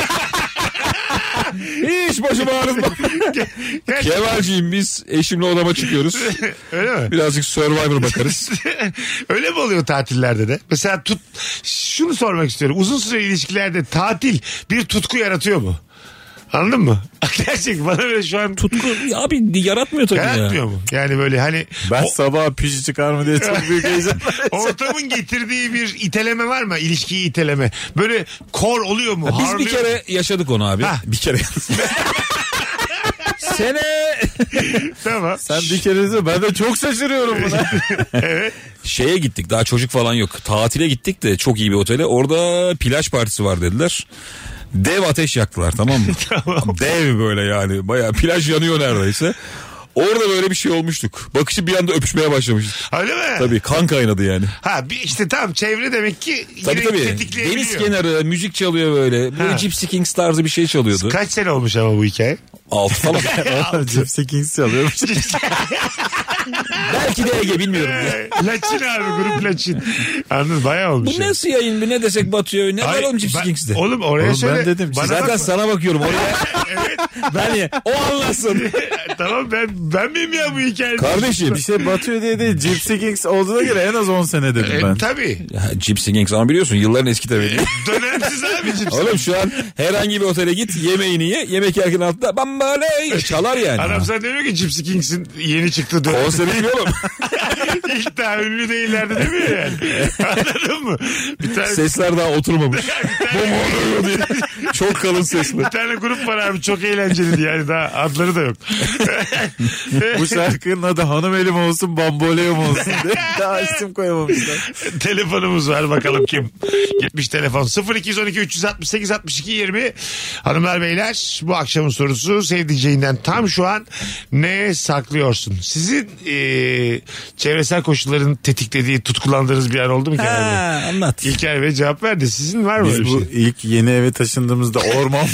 Hiç başım ağrımaz. Gerçekten- Kemalciğim biz eşimle odama çıkıyoruz. Öyle mi? Birazcık Survivor bakarız. Öyle mi oluyor tatillerde de? Mesela tut, şunu sormak istiyorum. Uzun süre ilişkilerde tatil bir tutku yaratıyor mu? Anladın mı? Gerçek bana böyle şu an Tutku abi yaratmıyor tabii yaratmıyor ya. mu? Yani böyle hani Ben o- sabah pişi çıkar mı diye çok büyük heyecan. ortamın getirdiği bir iteleme var mı? İlişkiyi iteleme. Böyle kor oluyor mu? Biz bir Harlıyor kere mu? yaşadık onu abi. Ha. Bir kere. Sene Tamam. Sen bir kere de ben de çok şaşırıyorum buna. şeye gittik, daha çocuk falan yok. Tatile gittik de çok iyi bir otele. Orada plaj partisi var dediler. Dev ateş yaktılar, tamam mı? Dev böyle yani. Bayağı plaj yanıyor neredeyse. Orada böyle bir şey olmuştuk. Bakışı bir anda öpüşmeye başlamışız. Öyle mi? Tabii kan kaynadı yani. Ha bir işte tam çevre demek ki Tabii yine tabii. tetikleyebiliyor. Deniz kenarı müzik çalıyor böyle. Böyle Ha. Gypsy Kings tarzı bir şey çalıyordu. Kaç sene olmuş ama bu hikaye? Altı falan. Gypsy Kings çalıyormuş. Belki de Ege bilmiyorum. Laçin abi, grup Laçin. Anladın, bayağı olmuş. Bu yani. nasıl yayın bir ne desek batıyor. Ne var Ay, oğlum Gypsy ben- Kings'te? Oğlum oraya Oğlum ben söyle. dedim, Bana Zaten bakma. sana bakıyorum oraya. Evet. Ben ya o anlasın. Tamam ben ben miyim ya bu hikaye? Kardeşim. Bir şey batıyor diye değil, Gypsy Kings olduğuna göre en az on sene dedim E, ben. tabii. Ya, Gypsy Kings ama biliyorsun yılların eski temeli. Dönemsiz abicim. Oğlum şu an herhangi bir otele git yemeğini ye. Yemek yerken altta bambaley çalar yani. Adam sana demiyor ki Gypsy Kings'in yeni çıktığı dönem. Konseri değil oğlum. İlk daha ünlü değillerdi demiyor yani. Anladın mı? Bir tane, Sesler daha oturmamış. Bom diye. Çok kalın sesli. bir tane grup var abi, çok eğlenceliydi yani, daha adları da yok. Bu şarkının adı Hanım Elim Olsun Bamboleum Olsun diye daha isim koyamamışlar. Telefonumuz var, bakalım kim gitmiş telefon. sıfır iki on iki üç altı sekiz altmış iki yirmi. Hanımlar beyler, bu akşamın sorusu sevdiceğinden tam şu an ne saklıyorsun? Sizin e, çevresel koşulların tetiklediği, tutkulandığınız bir an oldu mu Kenan Bey? Ha, anlat. İlker Bey cevap verdi. Sizin var mı öyle Biz bir bu şey? ilk yeni eve taşındığımızda orman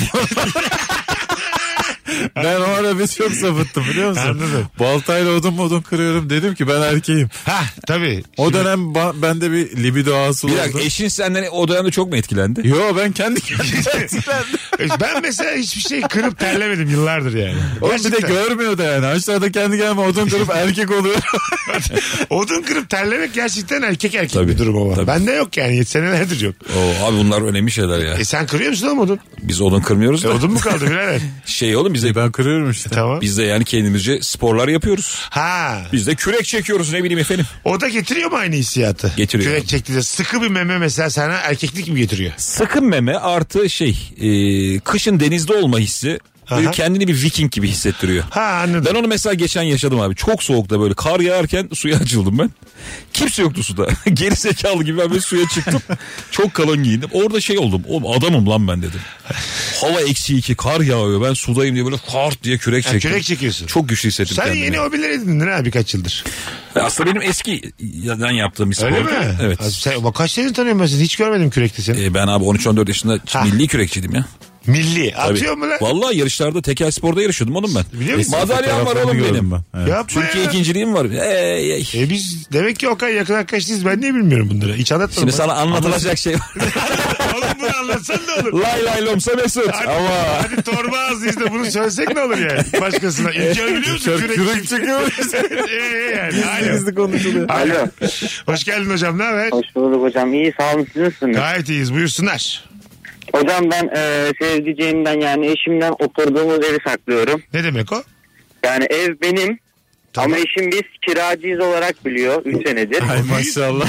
Ben o ara biz çok sapıttım biliyor musun? Anladım. Baltayla odun modun kırıyorum, dedim ki ben erkeğim. Ha tabii. O dönem ba- bende bir libido ağası Bir oldu. dakika, eşin senden o dönemde çok mu etkilendi? Yo ben kendi kendime. Ben mesela hiçbir şey kırıp terlemedim yıllardır yani. Oğlum bir de Gerçekten. görmüyor da yani. Aşağıda kendi kendime odun kırıp erkek oluyor. Odun kırıp terlemek gerçekten erkek erkek Tabii, bir durum ama. tabii. Bende yok yani, senelerdir yok. Oo, abi bunlar önemli şeyler ya. E sen kırıyor musun oğlum odun? Biz odun kırmıyoruz E, da. odun mu kaldı birader? Şey oğlum biz de, Ben kırıyorum işte. Tamam. biz de yani kendimizce sporlar yapıyoruz. Ha. Biz de kürek çekiyoruz, ne bileyim efendim. O da getiriyor mu aynı hissiyatı? Getiriyor. Kürek çektiğinde sıkı bir meme mesela sana erkeklik mi getiriyor? Sakın meme artı şey e, kışın denizde olma hissi. Böyle Aha. kendini bir Viking gibi hissettiriyor. Ha anladım. Ben onu mesela geçen yaşadım abi. Çok soğukta böyle kar yağarken suya açıldım ben. Kimse yoktu suda. Geri zekalı gibi ben böyle suya çıktım. Çok kalın giyindim. Orada şey oldum. Oğlum adamım lan ben dedim. Hava eksi iki, kar yağıyor. Ben sudayım diye böyle kart diye kürek Ha, çektim. kürek çekiyorsun. Çok güçlü hissettim Sen kendimi. yeni hobiler edindin ha birkaç yıldır. Aslında benim eskiden yaptığım bir spor. Öyle mi? Evet. Ha, Sen, bak kaç sene tanıyorum ben seni, hiç görmedim kürekte seni. Ee, ben abi on üç on dört yaşında Ha. milli kürekçiydim ya. Milli. Tabii. Atıyor mu lan? Vallahi yarışlarda tekel sporda yarışıyordum oğlum ben. Biliyor musun? Madalyam var Fotoğraflarını oğlum gördüm benim. ben. Evet. Yapma Türkiye ya. ikinciliğim var. Ey, ey. E biz demek ki Okan yakın arkadaşıyız. Ben niye bilmiyorum bunları? Hiç anlatmadım. Şimdi bana. sana anlatılacak şey var. Oğlum bunu anlatsan ne olur? lay lay lomsa Mesut. Hadi, Ama hadi torba ağzıyız da bunu söylesek ne olur yani başkasına? İlker biliyor musun? Kürek, Kürek çekiyor. Ee, yani. Alo. Gizli konuşuluyor. Alo. Hoş geldin hocam, ne haber? Hoş bulduk hocam. İyi, sağ olun, siz nasılsınız? Gayet iyiyiz, buyursunlar. Hocam ben e, sevdiceğimden yani eşimden oturduğumuz evi saklıyorum. Ne demek o? Yani ev benim Ama eşim biz kiracıyız olarak biliyor üç senedir. Ay maşallah.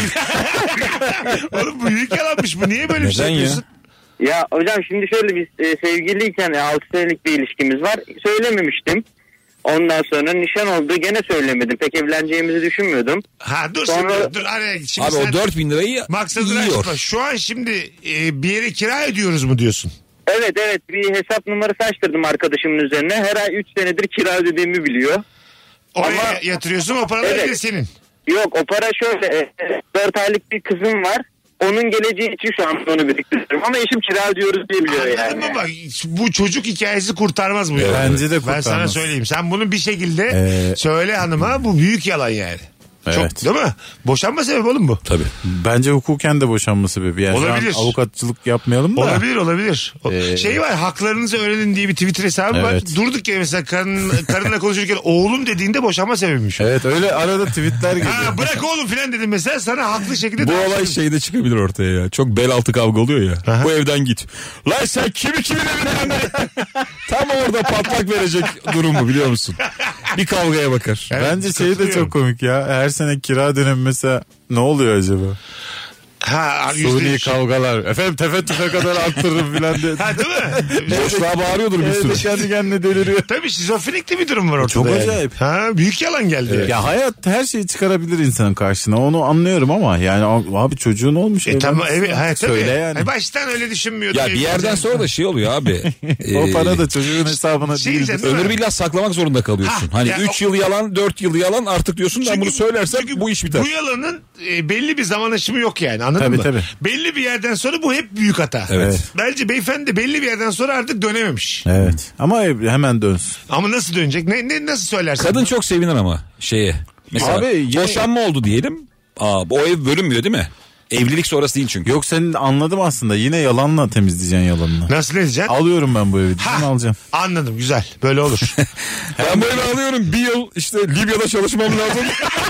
Oğlum bu büyük yalanmış bu. Niye böyle bir şey Neden ya? yapıyorsun? Ya hocam şimdi şöyle biz e, sevgiliyken altı senelik bir ilişkimiz var. Söylememiştim. Ondan sonra nişan oldu gene söylemedim. Pek evleneceğimizi düşünmüyordum. Ha dur Sonra- şimdi dur. Araya, şimdi Abi sen o dört bin lirayı maksadını yiyor. açıkla. Şu an şimdi e, bir yere kira ediyoruz mu diyorsun? Evet evet bir hesap numarası açtırdım arkadaşımın üzerine. Her ay üç senedir kira ödediğimi biliyor. Oraya Ama- yatırıyorsun, o paralar Evet. bir de senin. Yok o para şöyle dört aylık bir kızım var. Onun geleceği için şu an onu biriktiriyorum. Ama eşim kira ödüyoruz diye biliyor Anladın yani. mı bak, bu çocuk hikayesi kurtarmaz bu ya. Bence de Ben kurtarmaz. sana söyleyeyim. Sen bunu bir şekilde Ee, söyle hanıma, bu büyük yalan yani. Çok, Evet. değil mi? Boşanma sebebi oğlum bu. Tabii. Bence hukuken de boşanma sebebi. Yani şu Olabilir. an avukatçılık yapmayalım da. Olabilir olabilir. O- Ee, şey var, haklarınızı öğrenin diye bir Twitter hesabı var. Evet. Durduk ya mesela karın, karınla konuşurken oğlum dediğinde boşanma sebebiymiş. Evet öyle arada tweetler geliyor. Ha, bırak oğlum filan dedim mesela, sana haklı şekilde. Bu olay tartışırım. şeyde çıkabilir ortaya ya. Çok bel altı kavga oluyor ya. Aha. Bu evden git. Lan sen kimi kimin evinden Tam orada patlak verecek durum bu, biliyor musun? Bir kavgaya bakar. Evet, Bence şey de katılıyorum. çok komik ya. Her sene kira dönemi mesela ne oluyor acaba? Ha, yüzde Suni yüz. kavgalar. Efendim tefe tüfe kadar arttırırım filan diye. Ha, değil mi? Boşluğa bağırıyordur bir Evde sürü. kendi kendine deliriyor. Tabii şizofrenik de bir durum var ortada. Çok yani. acayip. Ha, büyük yalan geldi. yani. Ya hayat her şeyi çıkarabilir insanın karşısına. Onu anlıyorum ama yani abi çocuğun olmuş. E tamam, evlenmişsin. evet, ha, tabii. Söyle yani. E, baştan öyle düşünmüyordum. Ya bir yerden sonra da şey oluyor abi. O Ee, para da çocuğun hesabına şey değil. diyeceğim, değil mi? Ömür billah saklamak zorunda kalıyorsun. Ha, hani ya üç o- yıl yalan, dört yıl yalan, artık diyorsun ben Çünkü- bunu söylersem çünkü bu iş biter. Bu yalanın e, belli bir zaman aşımı yok yani, anladın Tabii, mı? tabii. Belli bir yerden sonra bu hep büyük hata. Evet. Bence beyefendi de belli bir yerden sonra artık dönememiş. Evet ama hemen dönsün. Ama nasıl dönecek? Ne, ne nasıl söylersin? Kadın bunu? çok sevinir ama şeye. Mesela Abi yine- boşanma oldu diyelim. Aa, o ev bölünmüyor değil mi? Evlilik sonrası değil çünkü. Yok senin anladım aslında. Yine yalanla temizleyeceksin yalanını. Nasıl edeceksin? Alıyorum ben bu evi. Ha, Diyeceğim, alacağım. anladım, güzel. Böyle olur. Ben böyle alıyorum, bir yıl işte Libya'da çalışmam lazım.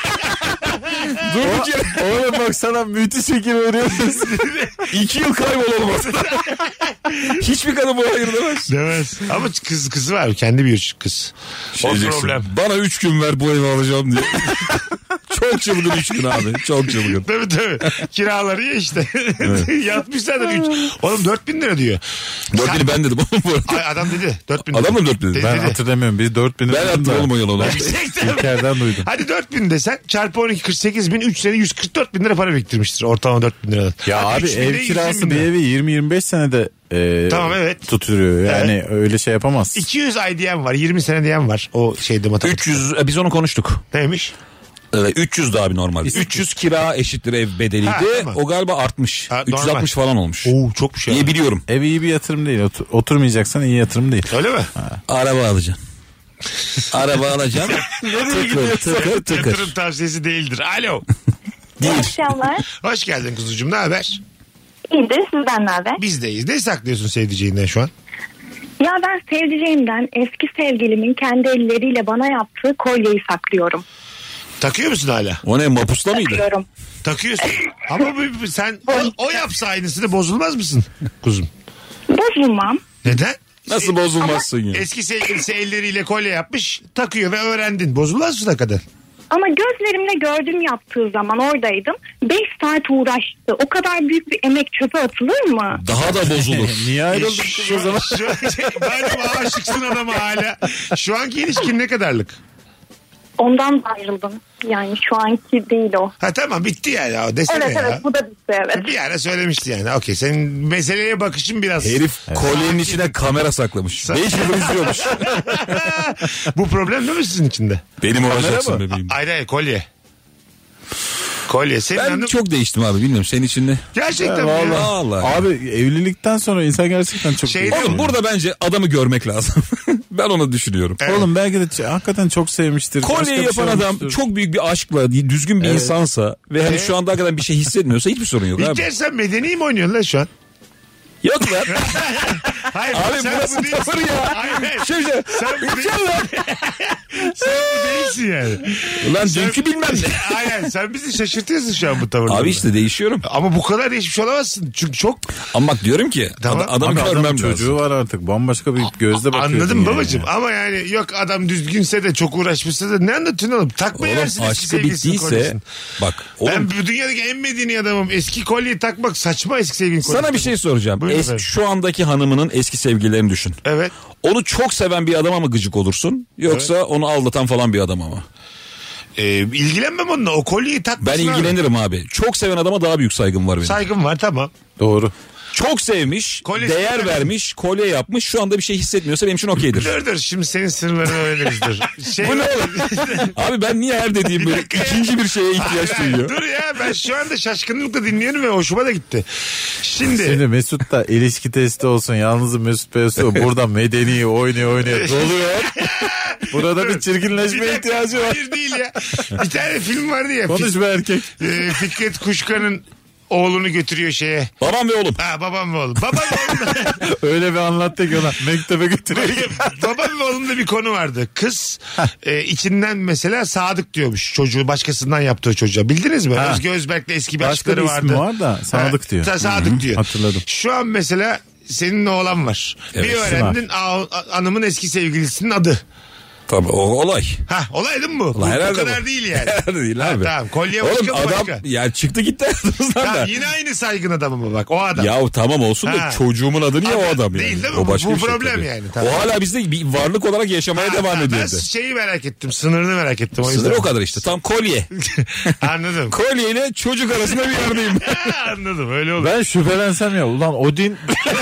Durduk yere Oğlum bak sana müthiş fikir veriyoruz. iki yıl kaybolalım ortada. Hiçbir kadın bu hayır demez. Demez. Ama kız kızı var. Kendi bir kız. Şey o diyeceksin, problem. bana üç gün ver bu evi alacağım diye. Çok çılgın üç gün abi. Çok çılgın. Tabii tabii. Kiraları ya işte. Yatmış zaten üç. Oğlum dört bin lira diyor. Dört Sen- bini ben dedim oğlum bu arada. Ay, adam dedi. Dört bin Adam mı dört bin dedi? Dedi, Ben dedi. hatırlamıyorum. Biz dört bin Ben attım oğlum o yalanı. Gerçekten mi? İlker'den duydum. Hadi dört bin desen çarpı on iki kırk sekiz bin, üç sene yüz kırk dört bin lira para biriktirmiştir. Ortalama dört bin lira. Ya Hadi abi üç binde ev yüz kirası bin bir lira. evi yirmi yirmi beş senede e, Tamam, evet. tutuyor. Yani öyle şey yapamaz. iki yüz ay diyen var. yirmi sene diyen var. O şeyde matematik. üç yüz e, biz onu konuştuk. Neymiş? Evet, üç yüz de abi normal. üç yüz kira eşittir ev bedeliydi. Ha, tamam. O galiba artmış. Ha, üç yüz altmış normal. falan olmuş. Oo, çok bir şey. İyi biliyorum. Ev iyi bir yatırım değil. Otur- oturmayacaksan iyi yatırım değil. Öyle mi? Araba alacaksın. Araba alacaksın. tıkır tıkır tıkır. Yatırım tavsiyesi değildir. Alo. İyi akşamlar. Hoş geldin kuzucuğum. Ne haber? İyidir, sizden ne haber? Bizdeyiz. Ne saklıyorsun sevdiceğinden şu an? Ya ben sevdiceğimden eski sevgilimin kendi elleriyle bana yaptığı kolyeyi saklıyorum. Takıyor musun hala? O ne, mapusla mıydı? Takıyorum. Takıyorsun. Ama bu- bu- sen o, o yapsa aynısını bozulmaz mısın kuzum? Bozulmam. Neden? Nasıl bozulmazsın ya? Eski sevgilisi elleriyle kolye yapmış, takıyor ve öğrendin. Bozulmaz mısın hakikaten? Ama gözlerimle gördüm yaptığı zaman, oradaydım. Beş saat uğraştı. O kadar büyük bir emek çöpe atılır mı? Daha da bozulur. Niye ayrıldık Şu, biz o zaman? şu, ben aşıksın adama hala. Şu anki ilişkin ne kadarlık? Ondan da ayrıldım. Yani şu anki değil o. Ha tamam, bitti yani o desene Evet ya. evet, bu da bitti, evet. Bir ara söylemişti yani. Okey, senin meseleye bakışın biraz. Herif kolyenin içine kamera saklamış. Beş yıl izliyormuş. Bu problem değil mi sizin içinde? Benim olacaksın bebeğim. Hayır hayır, kolye. Kolye. Senin Ben anladın- çok değiştim abi, bilmiyorum senin için ne? Gerçekten mi ya? Vallahi. Abi evlilikten sonra insan gerçekten çok... Şey değişiyor. Oğlum burada bence adamı görmek lazım. Ben onu düşünüyorum. Evet. Oğlum belki de ç- hakikaten çok sevmiştir. Kolyeyi Başka bir yapan şey adam olmuştur. çok büyük bir aşkla, düzgün bir Evet. insansa ve hani şu anda hakikaten bir şey hissetmiyorsa hiçbir sorun yok abi. İlker, sen medeni mi oynuyorsun lan şu an? Yok lan. Hayır, Abi sen bu nasıl değilsin. tavır ya? Hayır, hayır. Şey, şey, Sen bu İlker değilsin. lan. Sen bu değilsin yani. Ulan dünkü bilmem ne. Aynen sen bizi şaşırtıyorsun şu an bu tavırda. Abi işte değişiyorum. Ama bu kadar değişmiş olamazsın. Çünkü çok... Ama bak diyorum ki Tamam. ad- adamı Abi görmem adamın lazım. çocuğu var artık. Bambaşka bir gözle bakıyor. Anladım dünyaya. babacığım ama yani yok adam düzgünse de çok uğraşmışsa da ne anlatıyorsun oğlum? Takmayı Oğlum versin eski aşkı sevgilisinin bittiyse kolyesini. bak oğlum Ben bu dünyadaki en medeni adamım. Eski kolyeyi takmak saçma eski sevgilinin kolyesi. sana bir şey soracağım. Buyurun Es- efendim. şu andaki hanımının eski sevgililerini düşün. Evet. Onu çok seven bir adama mı gıcık olursun yoksa onu aldatan falan bir adama mı? Ee, ilgilenmem onunla. O kolyeyi Ben takmasın abi. ilgilenirim abi. Çok seven adama daha büyük saygım var benim. Saygım var tamam. Doğru. Çok sevmiş, Kolyesi değer var. vermiş, kolye yapmış. Şu anda bir şey hissetmiyorsa benim için okeydir. Dur dur şimdi senin sınırlarını öğreniriz dur. Şey... Bu ne oğlum? Abi ben niye her dediğim böyle ikinci bir şeye ihtiyaç Hayır, duyuyor? dur ya ben şu anda şaşkınlıkla dinliyorum ve hoşuma da gitti. Şimdi, Şimdi Mesut da ilişki testi olsun. Yalnızım Mesut Beyazıt burada medeni oynuyor oynuyor. Doluyor. Burada bir çirkinleşme Bir dakika, ihtiyacı var. Hayır değil ya. Bir tane film vardı ya. Konuş be erkek. Fik- e, Fikret Kuşkan'ın oğlunu götürüyor şeye. Babam ve oğlum. Ha babam ve oğlum. Babam ve oğlum. Öyle bir anlattı ki ona. Mektebe götürüyor. babam ve oğlumda bir konu vardı. Kız e, içinden mesela Sadık diyormuş çocuğu başkasından yaptığı çocuğa. Bildiniz mi? Ha. Özge Özberk'le eski bir Başka aşkları bir vardı. ismi var da Sadık Ha, diyor. ta- Sadık diyor. Hatırladım. Şu an mesela senin oğlan var. Evet, bir öğrendin a- a- hanımın eski sevgilisinin adı. Tabii o olay. Ha olay değil mi bu? Bu, bu herhalde kadar bu. değil yani. Herhalde değil Ha, abi. tamam kolye Oğlum başka adam başka. ya çıktı gitti hayatımızdan Tamam, da. yine aynı saygın adamı mı bak o adam. Ya tamam olsun Ha. da çocuğumun adı niye Ama o adam değil yani? değil mi? O başka Bu bir şey problem tabii. yani, tamam. O hala bizde bir varlık olarak yaşamaya Ha, devam ha, ediyor. Ben de. şeyi merak ettim. Sınırını merak ettim. O Sınır yüzden. o kadar işte. Tam kolye. Anladım. Kolye ile çocuk arasında bir yerdeyim. Anladım öyle olur. Ben şüphelensem ya. Ulan Odin...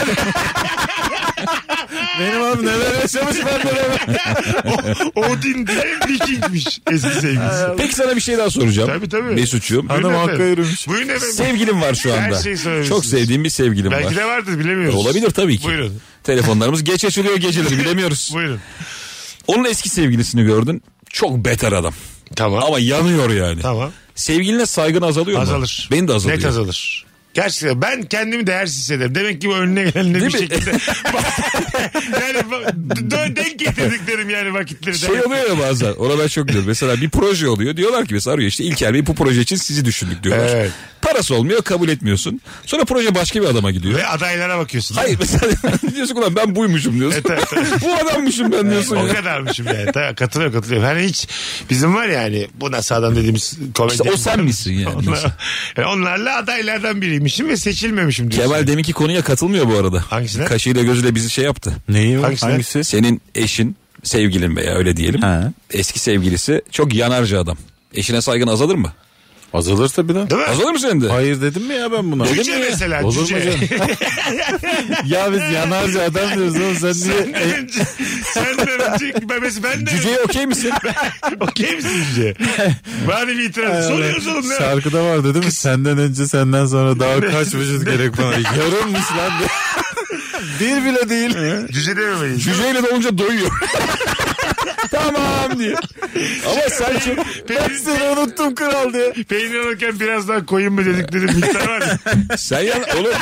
Benim abi neler yaşamış benden o, Odin diye Vikingmiş eski sevgilisi. Peki sana bir şey daha soracağım. Tabii tabii. Mesut'cuğum. Buyurun Hanım efendim. hakka yürümüş. Buyurun efendim. Sevgilim var şu anda. Her şeyi söylemişsiniz. Çok sevdiğim bir sevgilim Belki var. de vardır bilemiyoruz. Olabilir tabii ki. Buyurun. Telefonlarımız geç açılıyor geceleri bilemiyoruz. Buyurun. Onun eski sevgilisini gördün. Çok beter adam. Tamam. Ama yanıyor yani. Tamam. Sevgiline saygın azalıyor mu? Azalır. Benim de azalıyor. Net azalır. Gerçekten ben kendimi değersiz hissederim. Demek ki bu önüne gelenle bir Değil mi? şekilde yani dö- denk getirdiklerim yani vakitleri. Şey oluyor ya bazen. Ona ben çok diyorum. Mesela bir proje oluyor. Diyorlar ki mesela arıyor işte İlker Bey bu proje için sizi düşündük diyorlar. Evet. Parası olmuyor kabul etmiyorsun. Sonra proje başka bir adama gidiyor. Ve adaylara bakıyorsun. Hayır mesela diyorsun ulan ben buymuşum diyorsun. Evet, evet, evet. Bu adammışım ben diyorsun. O ya. kadarmışım yani. Tabii, katılıyorum katılıyorum. Hani hiç bizim var ya hani bu nasıl adam dediğimiz komedyen. İşte o sen misin yani? Onlar, yani onlarla adaylardan biriymişim ve seçilmemişim diyorsun. Kemal deminki konuya katılmıyor bu arada. Hangisine? Kaşıyla gözüyle bizi şey yaptı. Neyi o? Hangisine? Hangisi? Senin eşin sevgilin veya öyle diyelim. Ha. Eski sevgilisi çok yanarcı adam. Eşine saygın azalır mı? Azalır tabii lan. Değil mi? Azalır mı senin de? Hayır dedim mi ya ben buna? Cüce mesela. Olur mu Cüce. canım? Ya biz yanarca adam diyoruz oğlum sen niye... Senden önce, senden önce ben, ben de Cüceye okey misin? okey misin Cüce? Bari bir itiraz. Soruyoruz oğlum ne? Şarkıda vardı değil mi? Senden önce senden sonra daha kaç vücut gerek bana. Yarımmış lan. Bir bile değil. Cüce dememeyiz. Cüceyle de olunca doyuyor. Tamam diye. Ama sen çok... Ben seni unuttum kral diye. Peynir alırken biraz daha koyun mu dedikleri miktar var ya. Sen yan... Oğlum...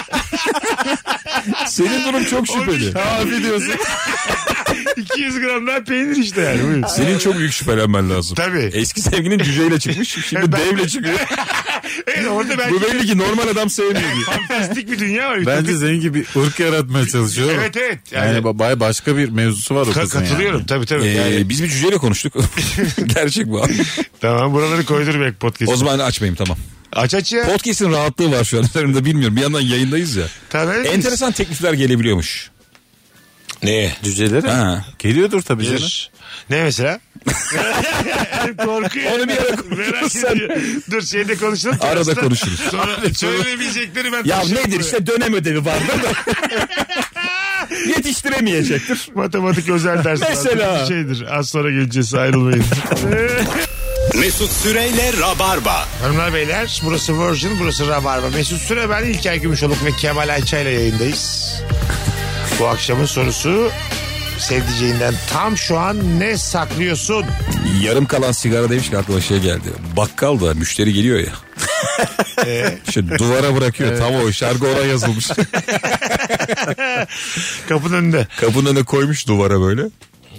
Senin durum çok şüpheli. Abi diyorsun. iki yüz gram daha peynir işte yani. Buyurun. Senin çok büyük şüphelenmen lazım. Tabii. Eski sevginin cüceyle çıkmış. Şimdi Ben- devle çıkıyor. Evet, orada belki Bu belli ki normal adam sevmiyor diye. fantastik bir dünya var. Bence zengin bir ırk yaratmaya çalışıyor. Evet evet. Yani, Yani, ba- başka bir mevzusu var o ka- kızın katılıyorum yani. tabii tabii. Ee, Yani, Biz bir cüceyle konuştuk. Gerçek bu abi. tamam buraları koydur belki podcast. O zaman açmayayım tamam. Aç aç ya. Podcast'in rahatlığı var şu an üzerinde bilmiyorum. Bir yandan yayındayız ya. Tabii. Enteresan teklifler gelebiliyormuş. Ne? Cüceleri Ha. geliyordur tabii canım. Gelir. Ne mesela? Korkuyor. Onu bir ara Merak konuşuruz. ediyor. Dur şeyde konuşalım. Arada Sonra- konuşuruz. Sonra söylemeyecekleri ben Ya taşırım nedir buraya. işte dönem ödevi vardır da. Yetiştiremeyecektir. Matematik özel ders Mesela. vardır, bir şeydir. Az sonra geleceğiz ayrılmayın. Mesut Süreyle Rabarba. Hanımlar beyler burası Virgin burası Rabarba. Mesut Süre ben İlker Gümüşoluk ve Kemal Ayça ile yayındayız. Bu akşamın sorusu sevdiceğinden tam şu an ne saklıyorsun? Yarım kalan sigara demiş ki aklıma şey geldi. Bakkal da müşteri geliyor ya. İşte duvara bırakıyor. Tam o şarkı oraya yazılmış. Kapının önünde. Kapının önüne koymuş duvara böyle.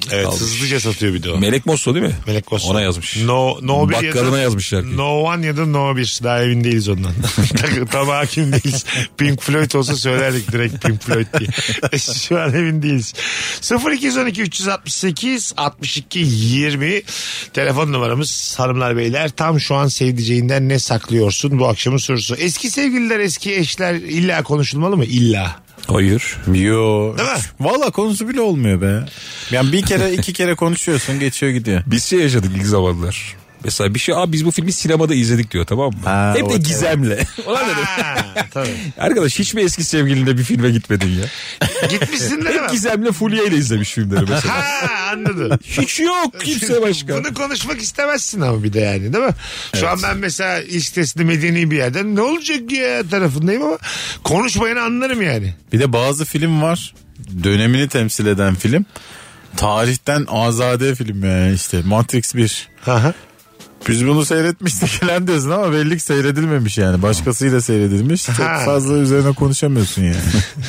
Evet Almış. hızlıca satıyor bir de o. Melek Mosso değil mi? Melek Mosso. Ona yazmış. No, no bir Bakkalına ya da, yazmış şarkıyı. No One ya da No bir. Daha emin değiliz ondan. Tam hakim değiliz. Pink Floyd olsa söylerdik direkt Pink Floyd diye. Şu an emin değiliz. sıfır iki on iki üç altı sekiz altmış iki yirmi telefon numaramız hanımlar beyler. Tam şu an sevdiceğinden ne saklıyorsun bu akşamın sorusu. Eski sevgililer, eski eşler illa konuşulmalı mı? İlla. Hayır. Yo. Değil mi? Valla konusu bile olmuyor be. Yani bir kere iki kere konuşuyorsun geçiyor gidiyor. Biz şey yaşadık ilk zamanlar. Mesela bir şey abi biz bu filmi sinemada izledik diyor, tamam mı? Ha, Hep de o- gizemle. Ulan dedim. Ha, tabii. Arkadaş hiç mi eski sevgilinle bir filme gitmedin ya? Gitmişsin değil mi? Hep gizemle Fulya ile izlemiş filmleri mesela. Ha anladım. Hiç yok kimse başka. Bunu konuşmak istemezsin ama bir de yani değil mi? Şu an ben mesela ilişkisinde medeni bir yerden ne olacak ya tarafındayım ama konuşmayını anlarım yani. Bir de bazı film var. Dönemini temsil eden film. Tarihten azade film yani işte. Matrix bir. Aha. Biz bunu seyretmiştik falan diyorsun ama belli ki seyredilmemiş yani. Başkasıyla seyredilmiş. Çok Ha. fazla üzerine konuşamıyorsun yani.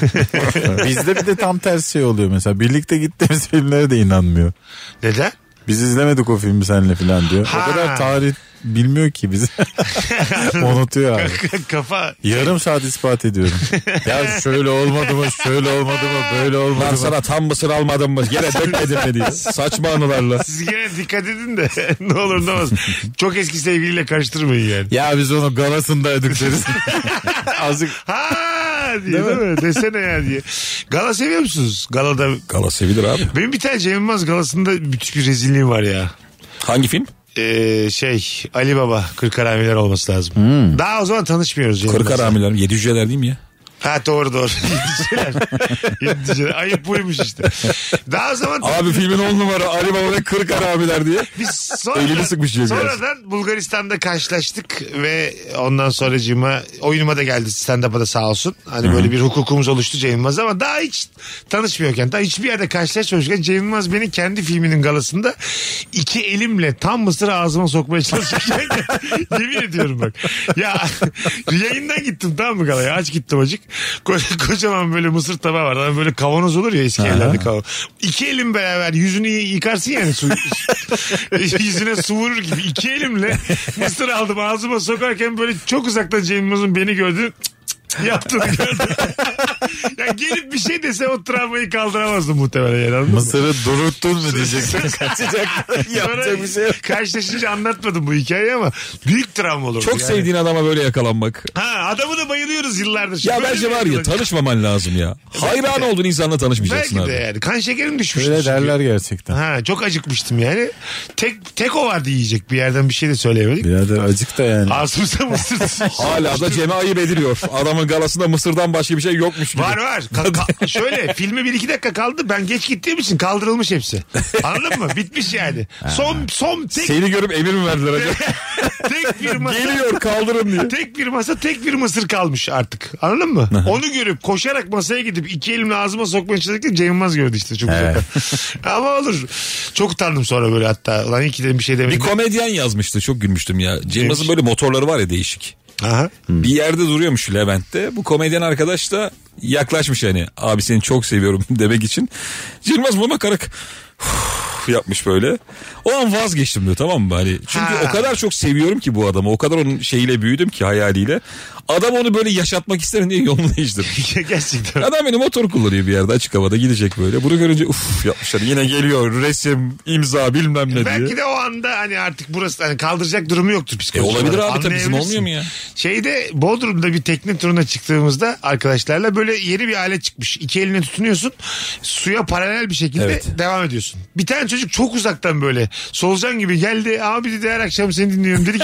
Bizde bir de tam tersi şey oluyor mesela. Birlikte gittiğimiz filmlere de inanmıyor. Neden? Biz izlemedik o filmi seninle falan diyor. Ha. O kadar tarih bilmiyor ki bizi. Unutuyor abi. Kafa. Yarım saat ispat ediyorum. Ya şöyle olmadı mı, şöyle olmadı mı, böyle olmadı Ben mı? sana tam mısır almadım mı? Gene dökmedim mi diye. Saçma anılarla. Siz gene dikkat edin de ne olur ne olmaz. Çok eski sevgiliyle karıştırmayın yani. Ya biz onu galasındaydık deriz. Azıcık. Ha diye değil, mi? Desene ya diye. Gala seviyor musunuz? Galada. Gala sevilir abi. Benim bir tane Cem Yılmaz galasında müthiş bir rezilliğim var ya. Hangi film? Ee, şey Ali Baba Kırk Haramiler olması lazım. Hmm. Daha o zaman tanışmıyoruz. Cem Kırk Yılmaz'la. haramiler mi? Yedi cüceler değil mi ya? Ha doğru doğru. Yediciler. Yediciler. Ayıp buymuş işte. Daha o zaman Abi filmin on numara Ali Baba ve Kırk haramiler diye. biz sonradan, Elini sıkmış Cem Yılmaz. sonradan Bulgaristan'da karşılaştık ve ondan sonracığıma oyunuma da geldi stand-up'a da sağ olsun. Hani Hı-hı. böyle bir hukukumuz oluştu Cem Yılmaz ama daha hiç tanışmıyorken, daha hiçbir yerde karşılaşmamışken Cem Yılmaz beni kendi filminin galasında iki elimle tam mısır ağzıma sokmaya çalışırken yemin ediyorum bak. Ya yayından gittim tamam mı galaya, aç gittim acık. Ko- kocaman böyle mısır tabağı var. Hani böyle kavanoz olur ya eski evlerde kavanoz. İki elim beraber yüzünü yıkarsın yani su, yüzüne su vurur gibi. İki elimle mısır aldım ağzıma sokarken böyle çok uzaktan Cem Yılmaz'ın beni gördü. Yaptığını gördüm. Ya gelip bir şey dese o travmayı kaldıramazdım muhtemelen yani. Anladın Mısırı mı? duruttun mu diyeceksin. Kaçacak. Yapacak bir şey yok. Karşılaşınca anlatmadım bu hikayeyi ama büyük travma olur. Çok yani. sevdiğin adama böyle yakalanmak. Ha adamı da bayılıyoruz yıllardır. Ya Böyle bence mi var ya yapılacak? tanışmaman lazım ya. Hayran olduğun insanla tanışmayacaksın Belki abi. de yani. Kan şekerim düşmüştü. Öyle çünkü. derler gerçekten. Ha, çok acıkmıştım yani. Tek tek o vardı yiyecek. Bir yerden bir şey de söyleyemedik. Birader acık da yani. Ağzımıza mısır. Hala da Cem'e ayıp ediliyor. Adamın galasında mısırdan başka bir şey yokmuş gibi. Var var. Ka- ka- şöyle filme bir iki dakika kaldı. Ben geç gittiğim için kaldırılmış hepsi. Anladın mı? Bitmiş yani. Son son tek Seni görüp emir mi verdiler acaba? tek bir masa. Geliyor kaldırın diye. Tek bir masa tek bir mısır kalmış artık. Anladın mı? Onu görüp koşarak masaya gidip iki elimle ağzıma sokmaya çalışırken Cem Yılmaz gördü işte çok uzaktan. Ama olur. Çok utandım sonra böyle hatta. Ulan iyi ki de bir şey Bir demedim. komedyen yazmıştı, çok gülmüştüm ya. Cem Yılmaz'ın böyle motorları var ya değişik. Aha. Bir yerde duruyormuş Levent'te. Bu komedyen arkadaş da yaklaşmış yani. Abi seni çok seviyorum demek için. Cem Yılmaz buna bakarak yapmış böyle. O an vazgeçtim diyor, tamam mı? Hani çünkü Ha. o kadar çok seviyorum ki bu adamı. O kadar onun şeyiyle büyüdüm ki, hayaliyle. Adam onu böyle yaşatmak isterim diye yolunu değiştirmiş. Gerçekten. Adam beni motor kullanıyor bir yerde, açık havada gidecek böyle. Bunu görünce uf yapmışlar. Yine geliyor resim, imza bilmem ne diye. Belki de o anda hani artık burası hani kaldıracak durumu yoktur E psikolojik olabilir olarak. abi tabii, bizim Anlayabilirsin. olmuyor mu ya? Şeyde Bodrum'da bir tekne turuna çıktığımızda arkadaşlarla böyle yeni bir alet çıkmış. İki eline tutunuyorsun. Suya paralel bir şekilde Evet. devam ediyorsun. Bir tane çocuk çok uzaktan böyle solucan gibi geldi. Abi dedi her akşam seni dinliyorum dedi.